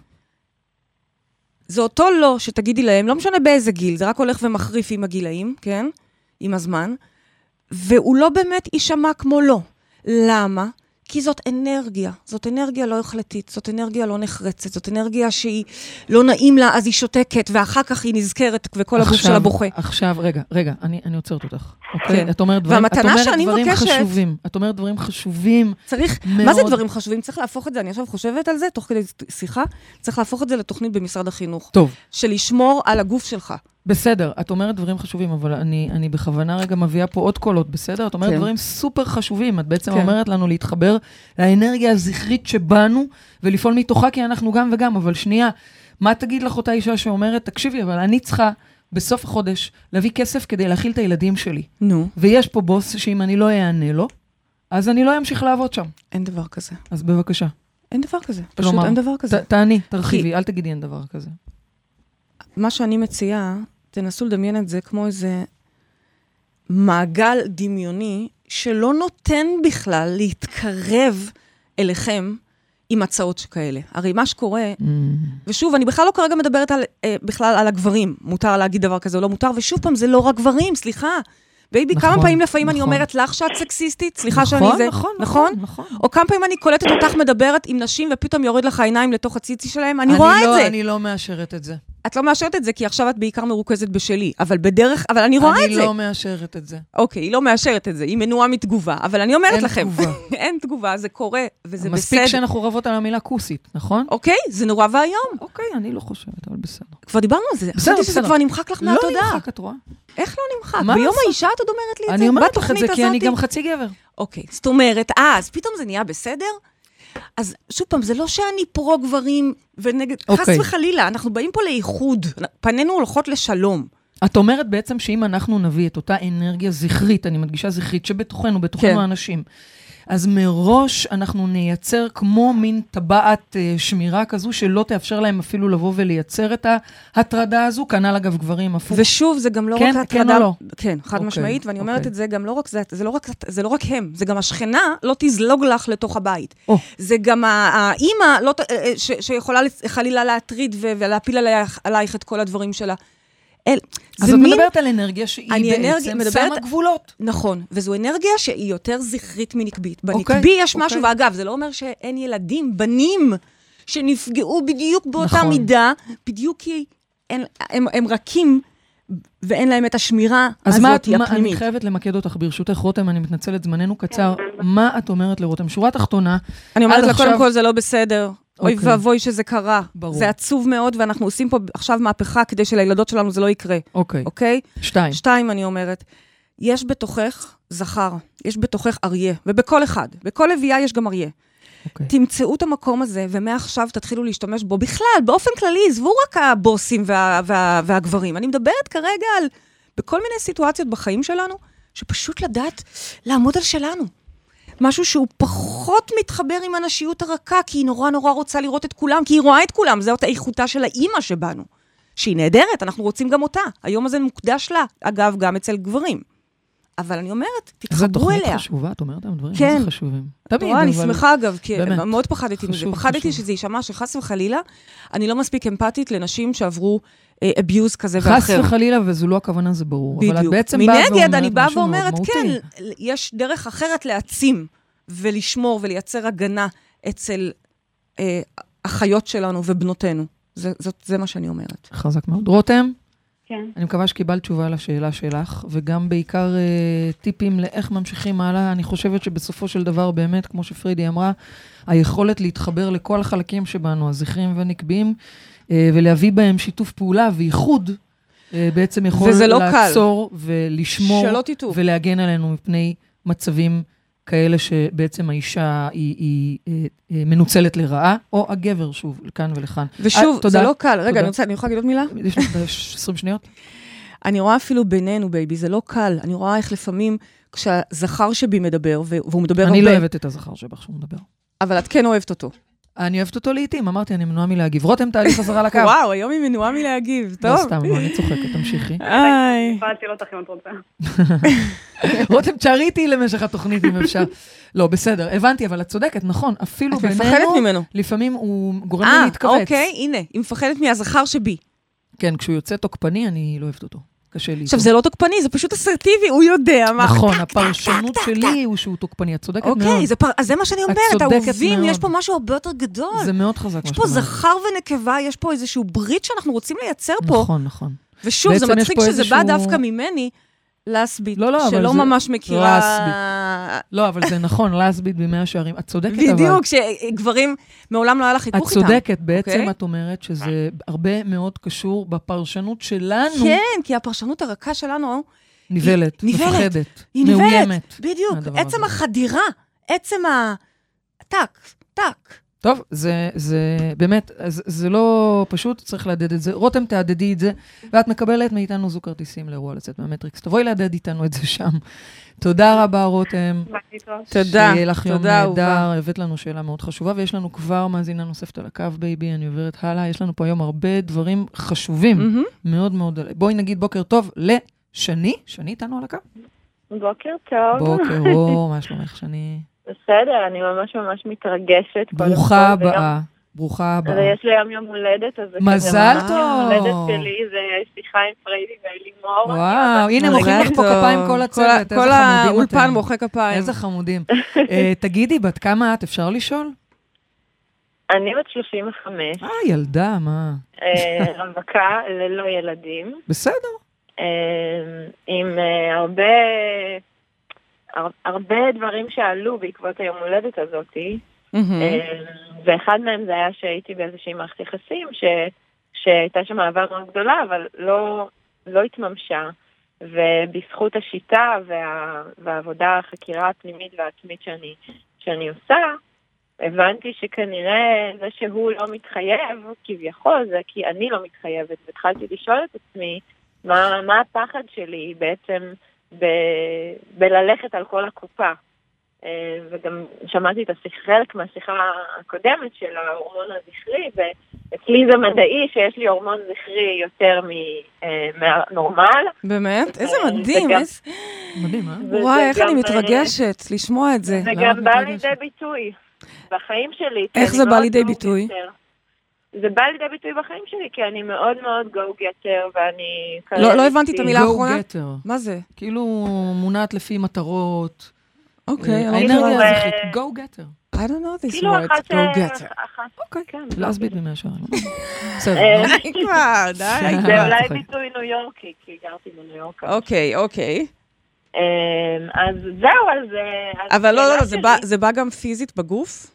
זה אותו לא שתגידי להם, לא משנה באיזה גיל, זה רק הולך ומחריף עם הגילאים, כן? עם הזמן, והוא לא באמת יישמע כמו לא. למה? כי זאת אנרגיה לא החלטית, זאת אנרגיה לא נחרצת, זאת אנרגיה שהיא לא נעים לה, אז היא שותקת, ואחר כך היא נזכרת, וכל הגוף שלה בוכה. עכשיו, רגע, אני עוצרת אותך. כן. את אומרת דברים חשובים. את אומרת דברים חשובים. צריך, מה זה דברים חשובים? צריך להפוך את זה, אני עכשיו חושבת על זה, תוך כדי שיחה, צריך להפוך את זה לתוכנית במשרד החינוך. טוב. של לשמור על הגוף שלך. בסדר, את אומרת דברים חשובים, אבל אני בכוונה רגע מביאה פה עוד קולות, בסדר? את אומרת דברים סופר חשובים, את בעצם אומרת לנו להתחבר לאנרגיה הזכרית שבנו, ולפעול מתוכה, כי אנחנו גם וגם, אבל שנייה, מה תגיד לך אותה אישה שאומרת, תקשיבי, אבל אני צריכה בסוף החודש להביא כסף כדי להכיל את הילדים שלי. נו. ויש פה בוס שאם אני לא אענה לו, אז אני לא אמשיך לעבוד שם. אין דבר כזה. אז בבקשה. אין דבר כזה. פשוט אין דבר כזה. תעני, תרחיבי, אל תגידי אין דבר כזה. מה שאני מציעה, תנסו לדמיין את זה כמו איזה מעגל דמיוני, שלא נותן בכלל להתקרב אליכם עם הצעות שכאלה. הרי מה שקורה, ושוב, אני בכלל לא כרגע מדברת בכלל על הגברים. מותר להגיד דבר כזה או לא מותר, ושוב פעם, זה לא רק גברים, סליחה. בייבי, כמה פעמים לפעמים אני אומרת לך שאת סקסיסטית, סליחה שאני זה, נכון? או כמה פעמים אני קולטת אותך מדברת עם נשים, ופתאום יורד לך העיניים לתוך הציצי שלהם, אני רואה את זה. אני לא מאשרת את זה. את לא מאשרת את זה, כי עכשיו את בעיקר מרוכזת בשלי, אבל אני רואה את זה. אני לא מאשרת את זה. אוקיי, היא לא מאשרת את זה, היא מנועה מתגובה, אבל אני אומרת לכם, אין תגובה, זה קורה, וזה בסדר. מספיק שאנחנו רבות על המילה כוסית, נכון? אוקיי, זה נורא והיום. אוקיי, אני לא חושבת, אבל בסדר. כבר דיברנו על זה. חשבתי שזה כבר נמחק לך מהתודעה. לא נמחק, את רואה? איך לא נמחק? ביום האישה את עוד אומרת לי את זה? אני אומרת לך את זה כי אני גם חצי גבר. אוקיי, זאת אומרת, אז פתאום זה נהיה בסדר? אז שוב פעם, זה לא שאני פרו גברים ונגד, חס וחלילה, אנחנו באים פה לאיחוד, פנינו הולכות לשלום. את אומרת בעצם שאם אנחנו נביא את אותה אנרגיה זכרית, אני מדגישה זכרית, שבתוכנו האנשים, אז מראש אנחנו נייצר כמו מין טבעת שמירה כזו, שלא תאפשר להם אפילו לבוא ולייצר את ההטרדה הזו, כנ"ל אגב גברים הפוך. ושוב, זה גם לא רק הטרדה. כן או לא? כן, חד משמעית, ואני אומרת את זה גם לא רק זה לא רק הם, זה גם השכנה לא תזלוג לך לתוך הבית. זה גם האימא שיכולה חלילה להטריד ולהפיל עלייך את כל הדברים שלה. אז את מדברת על אנרגיה שהיא בעצם שמה גבולות. נכון, וזו אנרגיה שהיא יותר זכרית מנקבית. בנקבי יש משהו, ואגב, זה לא אומר שאין ילדים, בנים, שנפגעו בדיוק באותה מידה, בדיוק כי הם רכים, ואין להם את השמירה הזאת הפנימית. אז אני חייבת למקד אותך ברשותך, רותם, אני מתנצלת, זמננו קצר. מה את אומרת לרותם? שורה תחתונה. אני אומרת לה, קודם כל זה לא בסדר. אוי ואבוי שזה קרה. זה עצוב מאוד, ואנחנו עושים פה עכשיו מהפכה כדי שלילדות שלנו זה לא יקרה. אוקיי. 2, אני אומרת. יש בתוכך זכר, יש בתוכך אריה, ובכל אחד, בכל לביאה יש גם אריה. תמצאו את המקום הזה, ומעכשיו תתחילו להשתמש בו בכלל, באופן כללי, עזבו רק הבוסים והגברים. אני מדברת כרגע על, בכל מיני סיטואציות בחיים שלנו, שפשוט לדעת לעמוד על שלנו. משהו שהוא פחות מתחבר עם הנשיות הרכה, כי היא נורא רוצה לראות את כולם, כי היא רואה את כולם, זאת האיכותה של האימא שבנו, שהיא נהדרת, אנחנו רוצים גם אותה. היום הזה מוקדש לה, אגב, גם אצל גברים. אבל אני אומרת, תתחברו אליה. זו תוכנית חשובה, את אומרת, דברים מאוד חשובים. תמיד, אני שמחה אגב, כי מאוד פחדתי מזה. פחדתי שזה יישמע שחס וחלילה, אני לא מספיק אמפתית לנשים שעברו אביוז כזה ואחר. חס וחלילה, וזו לא הכוונה, זה ברור. בדיוק. מנגד, אני באה ואומרת, כן, יש דרך אחרת להעצים ולשמור ולייצר הגנה אצל החיות שלנו ובנותינו. זה מה שאני אומרת. חזק מאוד. רותם? כן. אני מקווה שקיבלת תשובה לשאלה שלך, וגם בעיקר טיפים לאיך ממשיכים הלאה. אני חושבת שבסופו של דבר, באמת, כמו שפרידי אמרה, היכולת להתחבר לכל החלקים שבנו, הזכרים והנקביים, ולהביא בהם שיתוף פעולה וייחוד, בעצם יכול לעצור ולשמור ולהגן עלינו מפני מצבים כאלה שבעצם האישה היא מנוצלת לרעה, או הגבר, שוב, לכאן ולכאן. ושוב, זה לא קל. רגע, אני יכולה להגיד עוד מילה? יש לך 20 שניות? אני רואה אפילו בינינו, בייבי, זה לא קל. אני רואה איך לפעמים, כשהזכר שבי מדבר, והוא מדבר הרבה... אני לא אוהבת את הזכר שבך שהוא מדבר. אבל את כן אוהבת אותו. אני אוהבת אותו לעתים, אמרתי, אני מנועה מלהגיב. רותם, תהליך חזרה לקו. וואו, היום היא מנועה מלהגיב, טוב. לא סתם, אני צוחקת, תמשיכי. הפעלתי לו אותך אם את רוצה. רותם, תשארי איתי למשך התוכנית אם אפשר. לא, בסדר, הבנתי, אבל את צודקת, נכון, אפילו בינינו, את מפחדת ממנו. לפעמים הוא גורם לי להתכווץ. אוקיי, הנה, היא מפחדת מהזכר שבי. כן, כשהוא יוצא תוקפני, אני לא אוהבת אותו. קשה לי. עכשיו, זה לא תוקפני, זה פשוט אסרטיבי, הוא יודע מה. נכון, הפרשנות שלי הוא שהוא תוקפני, את צודקת מאוד. אוקיי, אז זה מה שאני אומרת, האהובים, יש פה משהו הרבה יותר גדול. זה מאוד חזק. יש פה זכר ונקבה, יש פה איזשהו ברית שאנחנו רוצים לייצר פה. נכון, נכון. ושוב, זה מצחיק שזה בא דווקא ממני, לסבית, שלא ממש מכירה... לא, אבל זה נכון, לסבית בימי השערים. את צודקת, אבל... בדיוק, שגברים מעולם לא היה לך חיכוך איתם. את צודקת, בעצם את אומרת שזה הרבה מאוד קשור בפרשנות שלנו. כן, כי הפרשנות הרכה שלנו... נבלת, מפחדת, היא נבלת, בדיוק. עצם החדירה, עצם טק, טק, טוב, זה באמת, זה לא פשוט, צריך להדד את זה. רותם, תעדדי את זה, ואת מקבלת מאיתנו זוג כרטיסים לאירוע לצאת מהמטריקס. תבואי להדד איתנו את זה שם. תודה רבה, רותם. תודה. שיהיה לך יום נהדר. הבאת לנו שאלה מאוד חשובה, ויש לנו כבר מאזינה נוספת על הקו, בייבי, אני עוברת הלאה. יש לנו פה היום הרבה דברים חשובים, מאוד מאוד. בואי נגיד בוקר טוב לשני. שני איתנו על הקו? בוקר טוב. בוקר, מה שלומך, שני? בסדר, אני ממש ממש מתרגשת. ברוכה הבאה. ברוכה הבאה. יש לי יום הולדת, אז זה מזל טוב. יום הולדת שלי, זה שיחה עם פריידי ואלימור. וואו, הנה מוחאים לך פה כפיים כל הצוות. כל האולפן מוחא כפיים. איזה חמודים. תגידי, בת כמה את? אפשר לשאול? אני בת 35. ילדה, מה? רווקה ללא ילדים. בסדר. עם הרבה דברים שעלו בעקבות היום הולדת הזאתי. ואחד מהם זה היה שהייתי באיזושהי מערכת יחסים, שהייתה שם אהבה מאוד גדולה, אבל לא התממשה. ובזכות השיטה והעבודה, החקירה הפנימית והעצמית שאני עושה, הבנתי שכנראה זה שהוא לא מתחייב, כביכול זה כי אני לא מתחייבת. והתחלתי לשאול את עצמי, מה הפחד שלי בעצם בללכת על כל הקופה. וגם שמעתי את חלק מהשיחה הקודמת של ההורמון הזכרי, ואצלי זה מדעי שיש לי הורמון זכרי יותר מהנורמל. באמת? איזה מדהים. מדהים, וואי, איך אני מתרגשת לשמוע את זה. זה גם בא לידי ביטוי בחיים שלי. איך זה בא לידי ביטוי? זה בא לידי ביטוי בחיים שלי, כי אני מאוד מאוד go-getter, ואני... לא הבנתי את המילה האחרונה. go-getter. מה זה? כאילו מונעת לפי מטרות. אוקיי. האנרגיה הזכית, go-getter. I don't know this word, go-getter. אוקיי, להסבית במאה שער. בסדר. זה אולי ביטוי ניו יורקי, כי גרתי בניו יורק. אוקיי. אז זהו, אז... אבל לא, זה בא גם פיזית בגוף?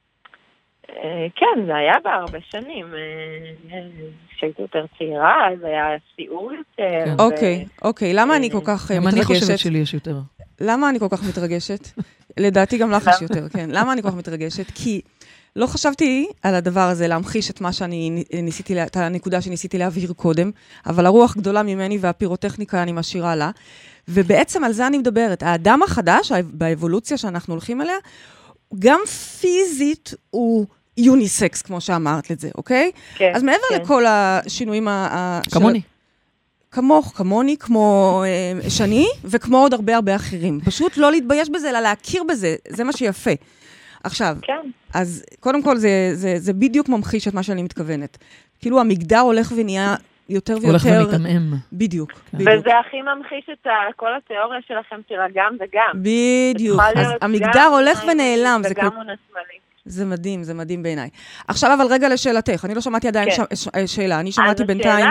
כן, זה היה בה הרבה שנים. כשהייתי יותר צעירה, אז היה סיור יותר. אוקיי. למה אני כל כך מתרגשת? אני חושבת שלי יש יותר. למה אני כל כך מתרגשת? לדעתי גם לך יש יותר, כן. למה אני כל כך מתרגשת? כי לא חשבתי על הדבר הזה, להמחיש את מה שאני ניסיתי, את הנקודה שניסיתי להבהיר קודם, אבל הרוח גדולה ממני והפירוטכניקה אני משאירה לה, ובעצם על זה אני מדברת. האדם החדש, באבולוציה שאנחנו הולכים אליה, גם פיזית הוא יוניסקס, כמו שאמרת לזה, אוקיי? כן. אז מעבר לכל השינויים כמוני. כמוני, כמו שני, וכמו עוד הרבה אחרים. פשוט לא להתבייש בזה, אלא להכיר בזה, זה מה שיפה. עכשיו, אז קודם כל זה בדיוק ממחיש את מה שאני מתכוונת. כאילו המגדר הולך ונהיה יותר ויותר... הולך ומתעמם. בדיוק. וזה הכי ממחיש את כל התיאוריה שלכם של הגם וגם. בדיוק. אז המגדר הולך ונעלם. וגם הוא נסמלי. זה מדהים בעיניי. עכשיו אבל רגע לשאלתך, אני לא שמעתי עדיין שאלה, אני שמעתי בינתיים...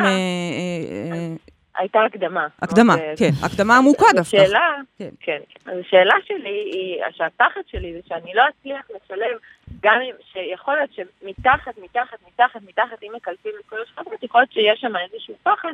הייתה הקדמה. כן, הקדמה עמוקה דווקא. כן. אז השאלה שלי היא, שהפחד שלי זה שאני לא אצליח לשלב, גם שיכול להיות שמתחת, אם מקלפים את כל השכבות, יכול להיות שיש שם איזשהו פחד,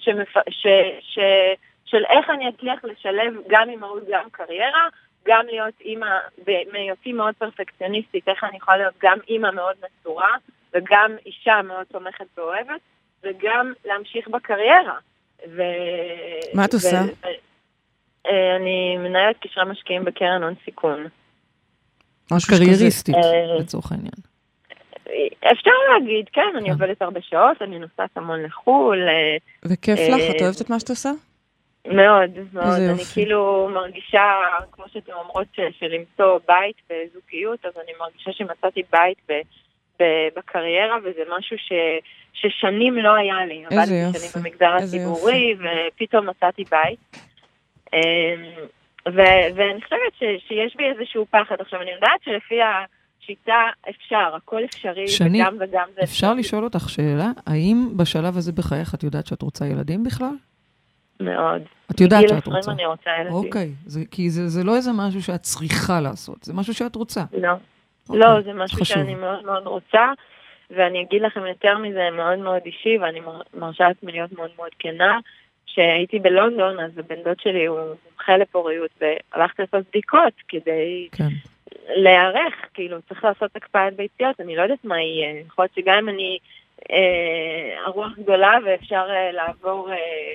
של איך אני אצליח לשלב גם אימהות, גם קריירה, גם להיות אימא, בהיותי מאוד פרפקציוניסטית, איך אני יכולה להיות גם אימא מאוד מסורה, וגם אישה מאוד תומכת ואוהבת, וגם להמשיך בקריירה. מה את עושה? אני מנהלת קשרי משקיעים בקרן הון סיכון. משהו קרייריסטית, לצורך העניין. אפשר להגיד, כן, אני עובדת הרבה שעות, אני נוסעת המון לחול. וכיף לך? את אוהבת את מה שאת עושה? מאוד. אני כאילו מרגישה, כמו שאתם אומרות, שלמצוא בית בזוגיות, אז אני מרגישה שמצאתי בית בקריירה, וזה משהו ששנים לא היה לי. עבדתי שנים במגזר הציבורי, ופתאום מצאתי בית. ואני חושבת שיש בי איזשהו פחד. עכשיו, אני יודעת שלפי השיטה אפשר, הכל אפשרי, וגם וגם זה. אפשר לשאול אותך שאלה, האם בשלב הזה בחייך את יודעת שאת רוצה ילדים בכלל? מאוד. את יודעת שאת רוצה. אני רוצה ילדים. אוקיי, כי זה לא איזה משהו שאת צריכה לעשות, זה משהו שאת רוצה. לא, זה משהו שאני מאוד מאוד רוצה, ואני אגיד לכם יותר מזה, מאוד מאוד אישי, ואני מרשה לעצמי להיות מאוד מאוד כנה, שהייתי בלונדון, אז הבן דוד שלי הוא מומחה לפוריות, והלכתי לעשות בדיקות כדי להיערך, כאילו, צריך לעשות הקפאת ביציות, אני לא יודעת מה יהיה, יכול להיות שגם אם אני הרוח גדולה ואפשר לעבור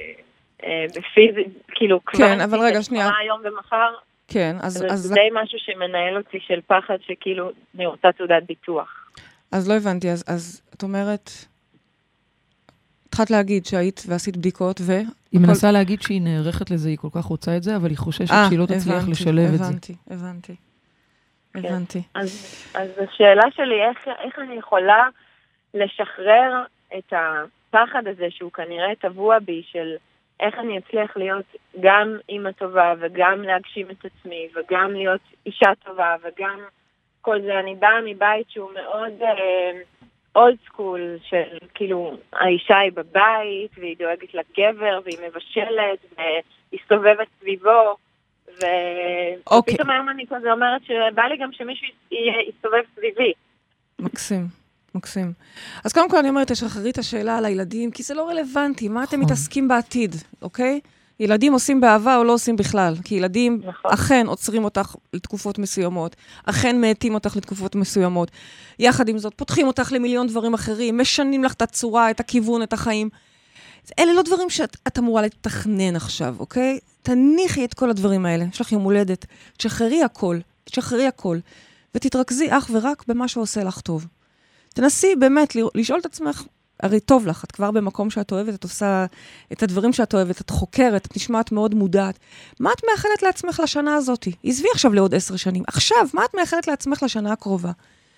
בפיזי, כאילו, כן, אבל רגע, שנייה. היום ומחר, כן, אז זה די משהו שמנהל אותי של פחד שכאילו אני רוצה תעודת ביטוח. אז לא הבנתי, אז את אומרת, התחלת להגיד שהיית ועשית בדיקות היא מנסה להגיד שהיא נערכת לזה, היא כל כך רוצה את זה, אבל היא חוששת שהיא לא תצליח לשלב את זה. הבנתי. אז השאלה שלי, איך אני יכולה לשחרר את הפחד הזה שהוא כנראה טבוע בי, של איך אני אצליח להיות גם אימא טובה, וגם להגשים את עצמי, וגם להיות אישה טובה, וגם כל זה. אני באה מבית שהוא מאוד אולד סקול, של כאילו האישה היא בבית, והיא דואגת לגבר, והיא מבשלת, והיא סובבת סביבו, ופתאום היום אני כזה אומרת שבא לי גם שמישהו יסתובב סביבי. מקסים. אז קודם כל אני אומרת, תשחררי את השאלה על הילדים, כי זה לא רלוונטי, מה אתם מתעסקים בעתיד, אוקיי? ילדים עושים באהבה או לא עושים בכלל, כי ילדים אכן עוצרים אותך לתקופות מסוימות, אכן מעטים אותך לתקופות מסוימות, יחד עם זאת פותחים אותך למיליון דברים אחרים, משנים לך את הצורה, את הכיוון, את החיים. אלה לא דברים שאת אמורה לתכנן עכשיו, אוקיי? תניחי את כל הדברים האלה, יש לך יום הולדת, תשחררי הכל, ותתרכזי אך ורק במה שעושה לך טוב. תנסי באמת לשאול את עצמך, הרי טוב לך, את כבר במקום שאת אוהבת, את עושה את הדברים שאת אוהבת, את חוקרת, את נשמעת מאוד מודעת. מה את מאחלת לעצמך לשנה הזאת? עזבי עכשיו לעוד 10 שנים. עכשיו, מה את מאחלת לעצמך לשנה הקרובה?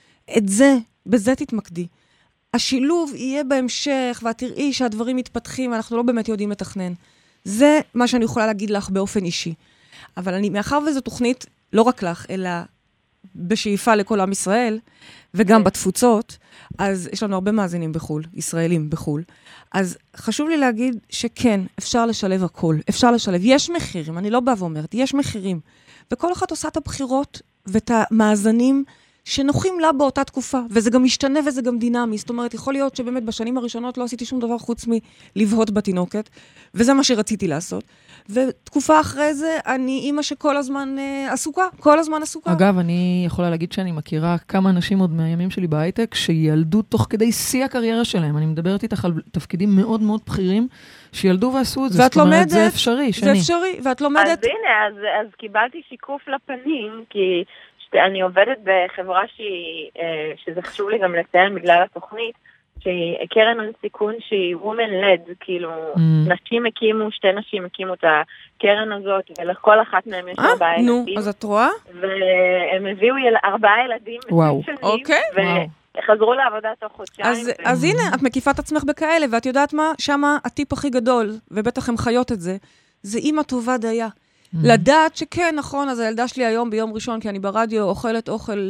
בזה תתמקדי. השילוב יהיה בהמשך, ואת תראי שהדברים מתפתחים, אנחנו לא באמת יודעים לתכנן. זה מה שאני יכולה להגיד לך באופן אישי. אבל מאחר וזו תוכנית, לא רק לך, אלא בשאיפה לכל עם ישראל, וגם בתפוצות, אז יש לנו הרבה מאזינים בחול, ישראלים בחול. אז חשוב לי להגיד שכן, אפשר לשלב הכל, אפשר לשלב. יש מחירים, אני לא באה ואומרת, יש מחירים. וכל אחת עושה את הבחירות ואת המאזנים שנוחים לה באותה תקופה, וזה גם משתנה וזה גם דינמי. זאת אומרת, יכול להיות שבאמת בשנים הראשונות לא עשיתי שום דבר חוץ מלבהות בתינוקת, וזה מה שרציתי לעשות. ותקופה אחרי זה, אני אימא שכל הזמן עסוקה, אגב, אני יכולה להגיד שאני מכירה כמה אנשים עוד מהימים שלי בהייטק, שילדו תוך כדי שיא הקריירה שלהם. אני מדברת איתך על תפקידים מאוד מאוד בכירים, שילדו ועשו את זה. ואת לומדת, זה אפשרי, זה אפשרי, ואת לומדת. אז הנה, אז קיבלתי שיקוף לפנים, כי אני עובדת בחברה שזה חשוב לי גם לציין בגלל התוכנית, שהיא קרן הון סיכון שהיא woman-led, כאילו שתי נשים הקימו את הקרן הזאת, ולכל אחת מהם יש 4 ילדים. נו, אז את רואה? והם הביאו 4 ילדים שנים, וחזרו לעבודה תוך חודשיים. אז הנה, את מקיפה את עצמך בכאלה, ואת יודעת מה? שמה הטיפ הכי גדול, ובטח הם חיות את זה, זה אימא טובה דייה. לדעת שכן, נכון, אז הילדה שלי היום ביום ראשון, כי אני ברדיו אוכלת אוכל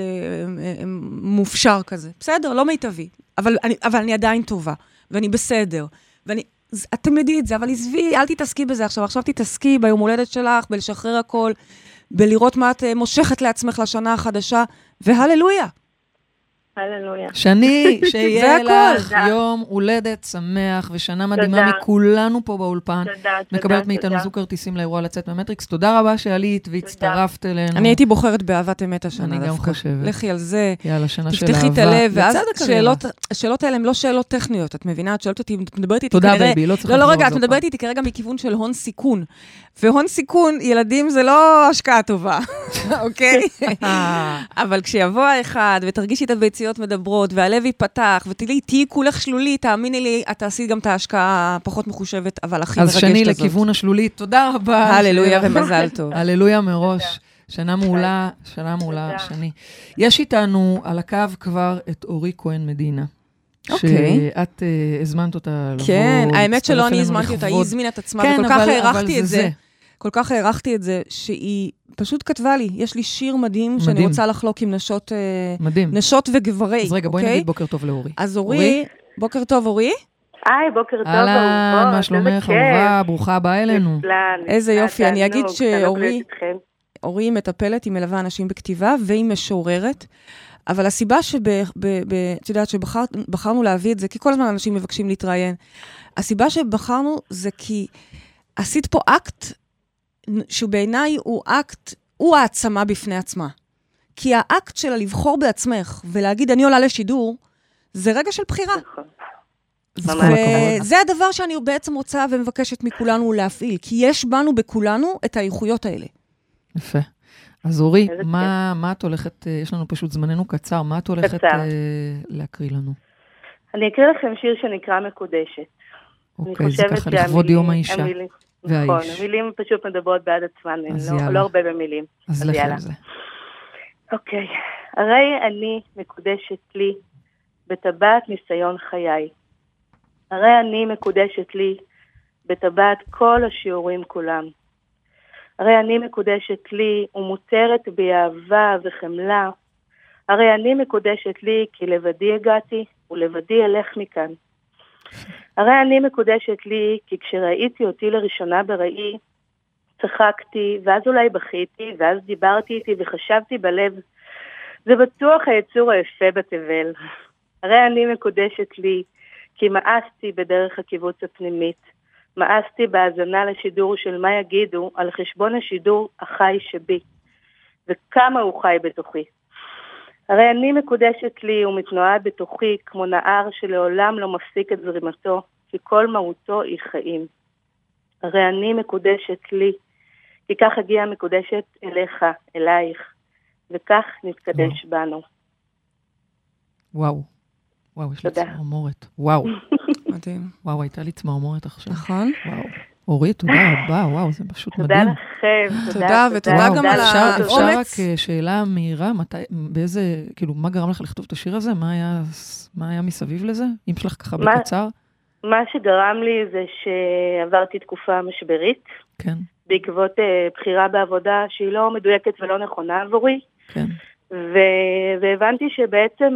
מופשר כזה. בסדר, לא מיטבי. אבל אני עדיין טובה, ואני בסדר. אתם יודעים את זה, אבל עזבי, אל תתעסקי בזה עכשיו. עכשיו תתעסקי ביום הולדת שלך, בלשחרר הכל, בלראות מה את מושכת לעצמך לשנה החדשה, והללויה. הללויה. שני, שיהיה לך יום הולדת שמח ושנה מדהימה מכולנו פה באולפן. מקבלת מאיתנו זוג כרטיסים לאירוע לצאת ממטריקס. תודה רבה שעלית והצטרפת אלינו. אני הייתי בוחרת באהבת אמת השנה. אני גם חושבת. לכי על זה. יאללה, שנה של אהבה. תפתחי את הלב, ואז השאלות האלה הן לא שאלות טכניות. את מבינה? את שואלת אותי, את מדברת איתי כנראה... תודה בייבי, לא צריך לא, רגע, את מדברת איתי כרגע מכיוון של הון סיכון. והון סיכון, ילדים זה לא השקעה טובה, אוקיי? אבל כשיבוא האחד ותרגישי את הביציות מדברות, והלב ייפתח, ותהיי כולך שלולי, תאמיני לי, את תעשי גם את ההשקעה הפחות מחושבת, אבל הכי מרגשת הזאת. אז שני לכיוון השלולי, תודה רבה. הללויה ומזל טוב. הללויה מראש. שנה מעולה, שני. יש איתנו על הקו כבר את אורי כהן מדינה. שאת הזמנת אותה לבוא. כן, האמת שלא אני הזמנתי אותה, היא הזמינה את עצמה, וכל כך הערכתי את זה, שהיא פשוט כתבה לי, יש לי שיר מדהים, שאני רוצה לחלוק עם נשות וגברי. אז רגע, בואי נגיד בוקר טוב לאורי. אז אורי, בוקר טוב אורי. היי, בוקר טוב, אהלן, מה שלומך, אהובה, ברוכה הבאה אלינו. איזה יופי, אני אגיד שאורי היא מטפלת, היא מלווה אנשים בכתיבה, והיא משוררת. אבל הסיבה את יודעת שבחרנו להביא את זה, כי כל הזמן אנשים מבקשים להתראיין, הסיבה שבחרנו זה כי עשית פה אקט, שבעיניי הוא העצמה בפני עצמה. כי האקט שלה לבחור בעצמך, ולהגיד, אני עולה לשידור, זה רגע של בחירה. וזה הדבר שאני בעצם רוצה ומבקשת מכולנו להפעיל, כי יש בנו בכולנו את האיכויות האלה. יפה. אז אורי, מה את הולכת, יש לנו פשוט זמננו קצר, מה את הולכת להקריא לנו? אני אקריא לכם שיר שנקרא מקודשת. אוקיי, זה ככה לכבוד יום האישה והאיש. נכון, המילים פשוט מדברות בעד עצמן, לא הרבה במילים. אז לך על זה. אוקיי, הרי אני מקודשת לי בטבעת ניסיון חיי. הרי אני מקודשת לי בטבעת כל השיעורים כולם. הרי אני מקודשת לי ומותרת באהבה וחמלה. הרי אני מקודשת לי כי לבדי הגעתי ולבדי אלך מכאן. הרי אני מקודשת לי כי כשראיתי אותי לראשונה בראי, צחקתי ואז אולי בכיתי ואז דיברתי איתי וחשבתי בלב, זה בטוח היצור היפה בתבל. הרי אני מקודשת לי כי מאסתי בדרך הקיבוץ הפנימית. מאסתי בהאזנה לשידור של מה יגידו על חשבון השידור החי שבי. וכמה הוא חי בתוכי. הרי אני מקודשת לי ומתנועה בתוכי כמו נהר שלעולם לא מפסיק את זרימתו, כי כל מהותו היא חיים. הרי אני מקודשת לי, כי כך הגיעה מקודשת אליך, אלייך, וכך נתקדש בנו. וואו, יש לי צמרמורת. וואו. מדהים. וואו, הייתה לי צמרמורת עכשיו. נכון. וואו. אורי, תודה רבה, וואו, זה פשוט מדהים. תודה לכם, תודה, ותודה גם על האומץ. אפשר רק שאלה מהירה, באיזה, כאילו, מה גרם לך לכתוב את השיר הזה? מה היה מסביב לזה? אם שלך ככה בקצר? מה שגרם לי זה שעברתי תקופה משברית. כן. בעקבות בחירה בעבודה שהיא לא מדויקת ולא נכונה עבורי. כן. והבנתי שבעצם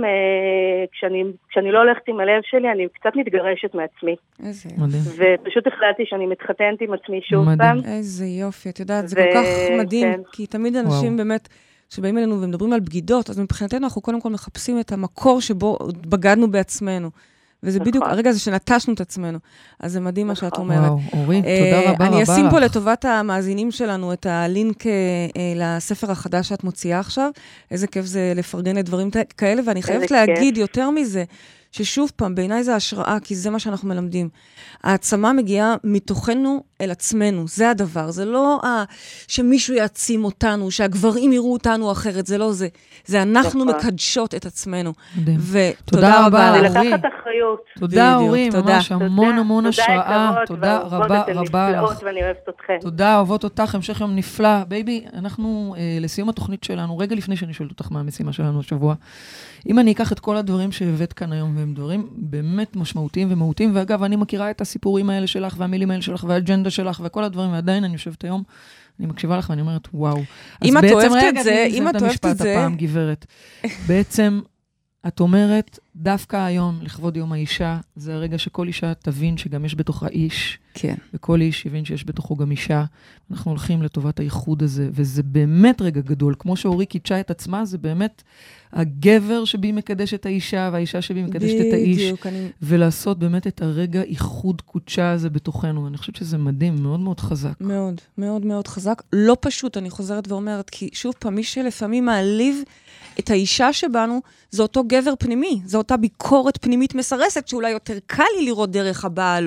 כשאני לא הולכת עם הלב שלי, אני קצת מתגרשת מעצמי. איזה ופשוט החלטתי שאני מתחתנת עם עצמי שוב פעם. איזה יופי, את יודעת, זה כל כך מדהים, כי תמיד אנשים באמת שבאים אלינו ומדברים על בגידות, אז מבחינתנו אנחנו קודם כל מחפשים את המקור שבו בגדנו בעצמנו. וזה בדיוק הרגע הזה שנטשנו את עצמנו. אז זה מדהים מה שאת אומרת. וואו, אורי, תודה רבה. אני אשים פה לטובת המאזינים שלנו את הלינק לספר החדש שאת מוציאה עכשיו. איזה כיף זה לפרגן לדברים כאלה, ואני חייבת להגיד יותר מזה, ששוב פעם, בעיניי זה השראה, כי זה מה שאנחנו מלמדים. העצמה מגיעה מתוכנו אל עצמנו, זה הדבר. זה לא שמישהו יעצים אותנו, שהגברים יראו אותנו אחרת, זה לא זה. זה אנחנו מקדשות את עצמנו. ותודה רבה, אורי. לקחת אחריות. תודה, אורי, ממש המון השראה. תודה רבה לך. ואני אוהבת אתכם. תודה, אוהבות אותך, המשך יום נפלא. בייבי, אנחנו לסיום התוכנית שלנו, רגע לפני שאני שואלת אותך מה המשימה שלנו השבוע, אם אני אקח את כל הדברים שהבאת כאן היום, והם דברים באמת משמעותיים ומהותיים, ואגב, אני מכירה את הסיפורים האלה שלך, והמילים האלה שלך, והאג'נדה שלך, וכל הדברים, ועדיין אני יושבת היום, אני מקשיבה לך ואני אומרת, וואו. אם את אוהבת את זה, אם את אוהבת את זה... הפעם, גברת. בעצם, את אומרת, דווקא היום, לכבוד יום האישה, זה הרגע שכל אישה תבין שגם יש בתוכה איש, כן. וכל איש יבין שיש בתוכו גם אישה. אנחנו הולכים לטובת הייחוד הזה, וזה באמת רגע גדול. כמו שאורי קידשה את עצמה, זה באמת הגבר שבי מקדש את האישה, והאישה שבי מקדשת את האיש, ולעשות באמת את הרגע איחוד קודשה הזה בתוכנו. אני חושבת שזה מדהים, מאוד מאוד חזק. מאוד, מאוד מאוד חזק. לא פשוט, אני חוזרת ואומרת, כי שוב פעם, מי שלפעמים מעליב את האישה שבנו, זה אותו גבר פנימי, זה אותה ביקורת פנימית מסרסת, שאולי יותר קל לי לראות דרך הבעל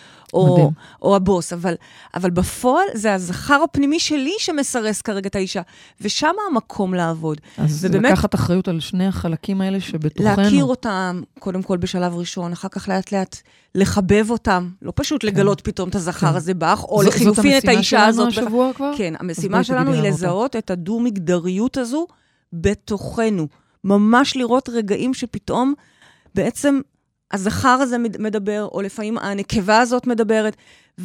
או הבוס, אבל בפועל זה הזכר הפנימי שלי שמסרס כרגע את האישה, ושם המקום לעבוד. אז ובאמת, לקחת אחריות על שני החלקים האלה שבתוכנו. להכיר אותם, קודם כל בשלב ראשון, אחר כך לאט לאט לחבב אותם, לא פשוט לגלות פתאום את הזכר הזה בך, או לחילופין את האישה הזאת. זאת המשימה שלנו השבוע כבר? כן, המשימה שלנו היא לזהות את הדו-מגדריות הזו בתוכנו. ממש לראות רגעים שפתאום בעצם הזכר הזה מדבר, או לפעמים הנקבה הזאת מדברת,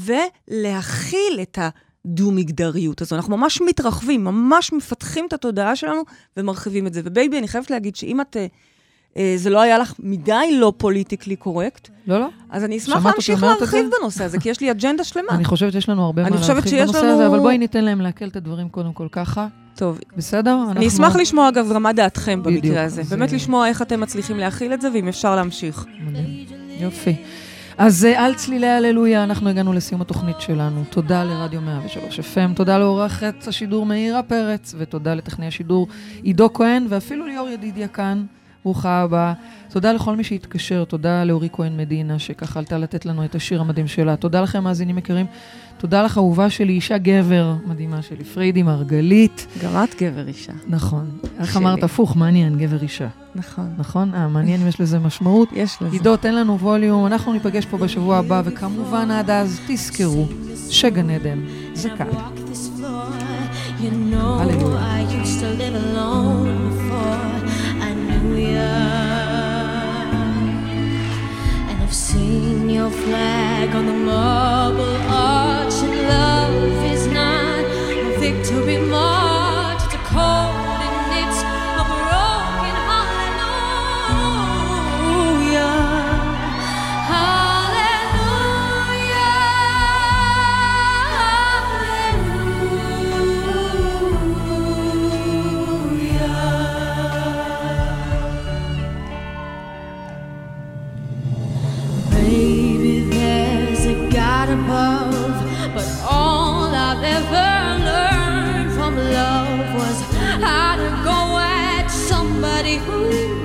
ולהכיל את הדו-מגדריות הזו. אנחנו ממש מתרחבים, ממש מפתחים את התודעה שלנו, ומרחיבים את זה. ובייבי, אני חייבת להגיד שאם את, זה לא היה לך מדי לא פוליטיקלי קורקט, לא. אז אני אשמח להמשיך להרחיב בנושא הזה, כי יש לי אג'נדה שלמה. אני חושבת שיש לנו הרבה מה להרחיב בנושא הזה, אבל בואי ניתן להם להקל את הדברים קודם כל ככה. טוב. בסדר? אני אשמח לשמוע, אגב, מה דעתכם במקרה הזה. באמת לשמוע איך אתם מצליחים להכיל את זה, ואם אפשר להמשיך. יופי. אז על צלילי הללויה, אנחנו הגענו לסיום התוכנית שלנו. תודה לרדיו 103 FM, תודה לעורכת השידור מאירה פרץ, ותודה לטכנאי השידור עידו כהן, ואפילו ליאור ידידיה כאן, ברוכה הבאה. תודה לכל מי שהתקשר, תודה לאורי כהן מדינה, שככה עלתה לתת לנו את השיר המדהים שלה. תודה לכם, מאזינים יקרים. תודה לך, אהובה שלי, אישה גבר, מדהימה שלי, פריידי מרגלית. גם את גבר אישה. נכון. איך אמרת, הפוך, מעניין, גבר אישה. נכון. נכון? מעניין אם יש לזה משמעות. יש לזה. עידו, תן לנו ווליום, אנחנו ניפגש פה בשבוע הבא, וכמובן עד אז תזכרו שגן עדן זה כאן. I've seen your flag on the marble arch, and love is not a victory march, it's a code and it's a broken hallelujah, hallelujah, Baby, there's a God above, but all I've ever learned from love was how to go at somebody who